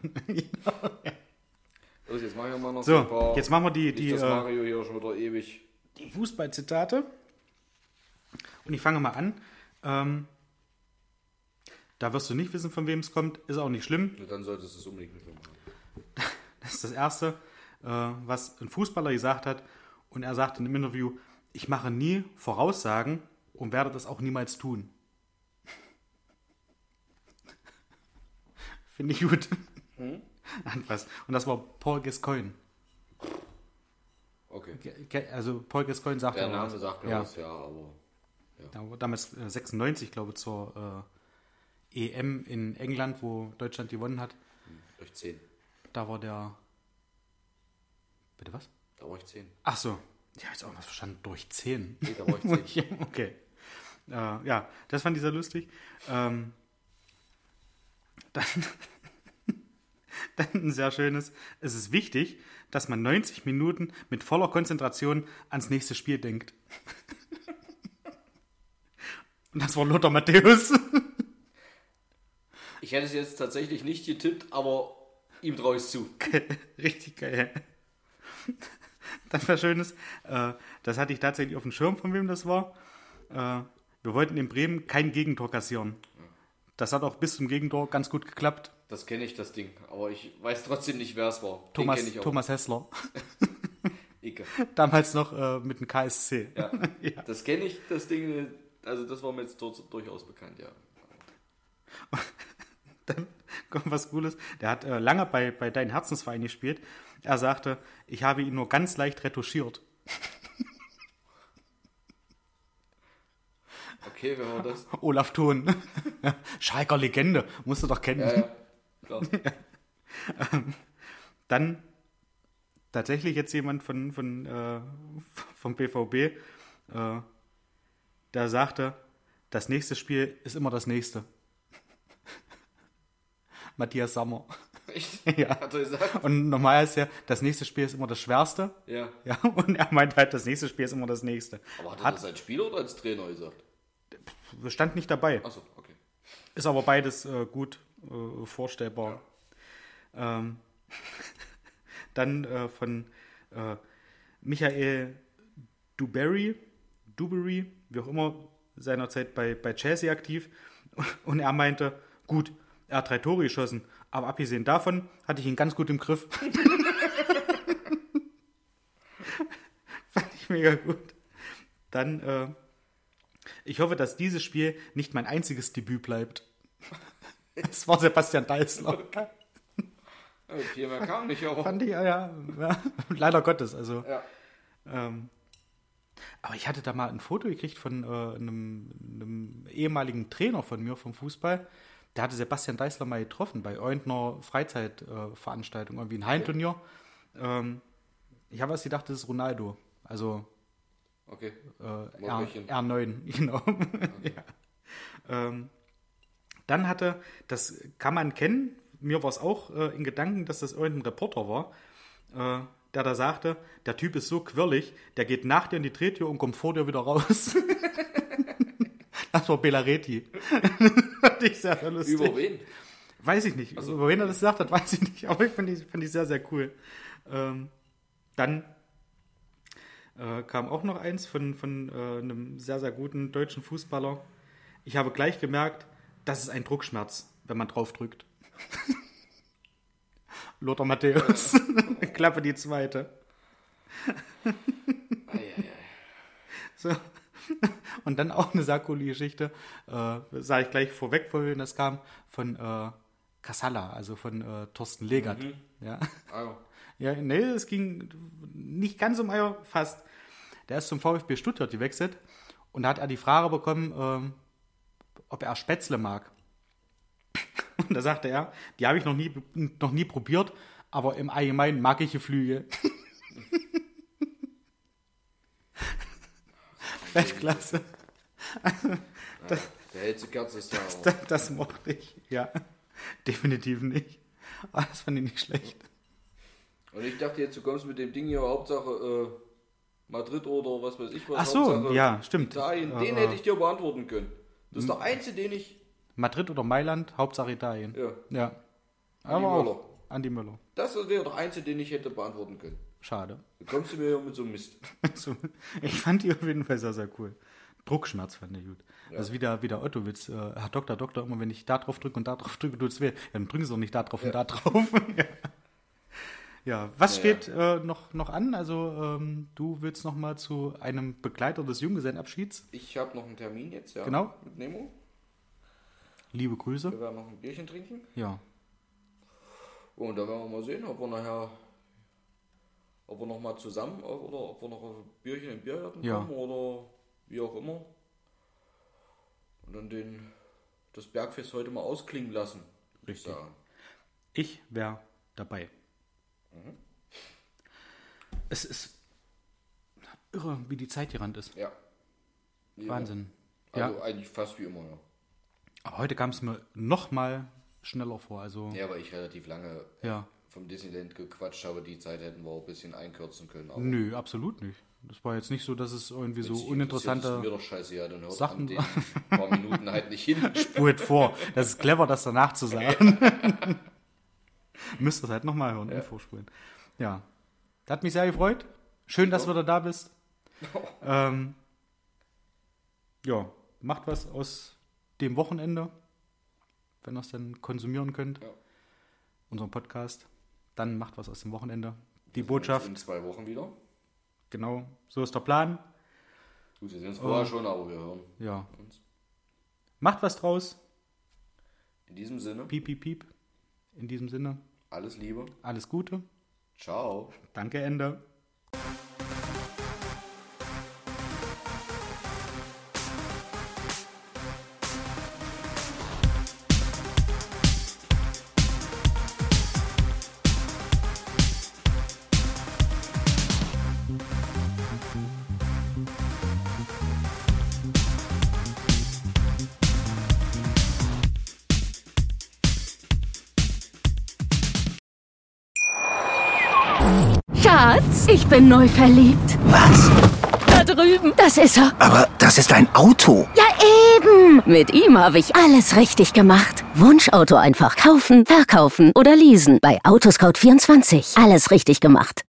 Los, jetzt machen wir mal noch So, ein paar. jetzt machen wir die, Nicht, die, dass äh, Mario hier schon wieder ewig. die Fußballzitate. Und ich fange mal an. Ähm, da wirst du nicht wissen, von wem es kommt. Ist auch nicht schlimm. Und dann solltest du es unbedingt mit mir machen. Das ist das Erste, äh, was ein Fußballer gesagt hat. Und er sagte in einem Interview, ich mache nie Voraussagen und werde das auch niemals tun. Finde ich gut. Hm? Was. Und das war Paul Gascoigne. Okay. Also Paul Gascoigne sagt Der ja Name was. sagt mir Ja. was, ja, aber... Da war damals äh, sechsundneunzig, glaube ich, zur äh, E M in England, wo Deutschland gewonnen hat. Durch zehn. Da war der... Bitte was? Da war ich zehn. Ach so. Ja, ist auch was verstanden. Durch zehn. Nee, da war ich zehn. Okay. Äh, ja, das fand ich sehr lustig. Ähm, dann, dann ein sehr schönes. Es ist wichtig, dass man neunzig Minuten mit voller Konzentration ans nächste Spiel denkt. Und das war Lothar Matthäus. Ich hätte es jetzt tatsächlich nicht getippt, aber ihm traue ich es zu. Richtig geil. Das war Schönes. Äh, das hatte ich tatsächlich auf dem Schirm, von wem das war. Äh, wir wollten in Bremen kein Gegentor kassieren. Das hat auch bis zum Gegentor ganz gut geklappt. Das kenne ich, das Ding. Aber ich weiß trotzdem nicht, wer es war. Den Thomas, kenn ich auch. Thomas Hessler. Icke. Damals noch äh, mit dem K S C. Ja. Ja. Das kenne ich, das Ding. Also das war mir jetzt dur- durchaus bekannt, ja. Dann kommt was Cooles. Der hat äh, lange bei, bei Dein Herzensverein gespielt. Er sagte, ich habe ihn nur ganz leicht retuschiert. Okay, wer war das? Olaf Thon. Schalker Legende. Musst du doch kennen. Ja, ja. Klar. Dann tatsächlich jetzt jemand von, von, äh, vom B V B, äh, der sagte, das nächste Spiel ist immer das nächste. Matthias Sammer. Echt? Ja. Hat er gesagt? Und normal ist ja, das nächste Spiel ist immer das schwerste. Ja. Ja, und er meint halt, das nächste Spiel ist immer das nächste. Aber hat er Hat- das als Spieler oder als Trainer gesagt? Stand nicht dabei. Achso, okay. Ist aber beides äh, gut äh, vorstellbar. Ähm, dann äh, von äh, Michael Duberry, Duberry, wie auch immer, seinerzeit bei, bei Chelsea aktiv. Und er meinte, gut, er hat drei Tore geschossen, aber abgesehen davon hatte ich ihn ganz gut im Griff. Fand ich mega gut. Dann, äh, ich hoffe, dass dieses Spiel nicht mein einziges Debüt bleibt. Es war Sebastian Deißler. Ja, viel mehr kam nicht, aber... Fand ich, ja, ja, ja. Leider Gottes, also. Ja. Ähm, aber ich hatte da mal ein Foto gekriegt von äh, einem, einem ehemaligen Trainer von mir vom Fußball. Der hatte Sebastian Deißler mal getroffen bei irgendeiner Freizeitveranstaltung, äh, irgendwie ein Hallenturnier. Ähm, ich habe erst gedacht, das ist Ronaldo. Also Okay. äh, R, Motorchen. R neun, genau. Ja. Ähm, dann hatte, das kann man kennen, mir war es auch äh, in Gedanken, dass das irgendein Reporter war, äh, der da sagte, der Typ ist so quirlig, der geht nach dir in die Drehtür und kommt vor dir wieder raus. Das war Bellaretti. Fand ich sehr, sehr lustig. Über wen? Weiß ich nicht. Also, Über wen er das gesagt hat, weiß ich nicht. Aber ich fand ich, fand ich sehr, sehr cool. Ähm, dann äh, kam auch noch eins von, von äh, einem sehr, sehr guten deutschen Fußballer. Ich habe gleich gemerkt, das ist ein Druckschmerz, wenn man drauf drückt. Lothar Matthäus. Klappe die zweite. Ei, ei, ei. So. Und dann auch eine sehr coole Geschichte, äh, sage ich gleich vorweg, vorhin das kam, von äh, Casalla, also von äh, Thorsten Legert. Mhm. Ja. Ah, Ja, nee, es ging nicht ganz um Eier, fast. Der ist zum VfB Stuttgart gewechselt und da hat er die Frage bekommen, ähm, ob er Spätzle mag. Und da sagte er, die habe ich noch nie, noch nie probiert, aber im Allgemeinen mag ich Geflügel. Weltklasse. das, der hellste Kerze ist da. aber- Das, das mochte ich, ja. Definitiv nicht. Aber das fand ich nicht schlecht. Und ich dachte jetzt, du kommst mit dem Ding hier, Hauptsache äh, Madrid oder was weiß ich was. Ach so, Hauptsache ja, stimmt. Italien, Äh, den äh. hätte ich dir beantworten können. Das ist der einzige, den ich... Madrid oder Mailand, Hauptsache Italien. Ja, Ja. Andi Aber Möller. auch Andi Möller. Das wäre der einzige, den ich hätte beantworten können. Schade. Dann kommst du mir hier mit so einem Mist. So, ich fand die auf jeden Fall sehr, sehr cool. Druckschmerz fand ich gut. Ja. Also wie der, wie der Otto-Witz. Äh, Herr Doktor, Doktor, immer wenn ich da drauf drücke und da drauf drücke, tut es weh. Ja, dann drücken sie doch nicht da drauf Ja. und da drauf. Ja. Ja, was Ja, steht äh, noch, noch an? Also ähm, du willst noch mal zu einem Begleiter des Junggesellenabschieds. Ich habe noch einen Termin jetzt, ja. Genau. Mit Nemo. Liebe Grüße. Wir werden noch ein Bierchen trinken. Ja. Und da werden wir mal sehen, ob wir nachher, ob wir noch mal zusammen oder ob wir noch auf ein Bierchen im Biergarten Ja. kommen oder wie auch immer. Und dann den, das Bergfest heute mal ausklingen lassen. Richtig. Sagen. Ich wäre dabei. Mhm. Es ist irre, wie die Zeit gerannt ist. Ja. Wie Wahnsinn. immer. Also Ja. eigentlich fast wie immer, ja. Aber heute kam es mir noch mal schneller vor. Also, Ja, weil ich relativ lange ja. vom Disneyland gequatscht habe, die Zeit hätten wir auch ein bisschen einkürzen können. Aber Nö, absolut nicht. Das war jetzt nicht so, dass es irgendwie so wenn's dich uninteressante interessiert, ist mir doch scheiße, ja, dann hört Sachen- an den paar Minuten halt nicht hin. Spurt vor. Das ist clever, das danach zu sagen. Müsst ihr es halt nochmal hören, Ja. ja. Vorspulen. Ja. Das hat mich sehr gefreut. Schön, dass du wieder da bist. Ähm, ja, macht was aus dem Wochenende, wenn ihr es dann konsumieren könnt. Ja. Unseren Podcast. Dann macht was aus dem Wochenende. Die Wir sehen uns Botschaft, in zwei Wochen wieder. genau, so ist der Plan. Gut, wir sehen uns vorher schon, aber wir hören Ja. uns. Macht was draus. In diesem Sinne, Piep, piep, piep. In diesem Sinne, alles Liebe. alles Gute. Ciao. Danke, Ende. Schatz, ich bin neu verliebt. Was? Da drüben. Das ist er. Aber das ist ein Auto. Ja, eben. Mit ihm habe ich alles richtig gemacht. Wunschauto einfach kaufen, verkaufen oder leasen. Bei Autoscout vierundzwanzig. Alles richtig gemacht.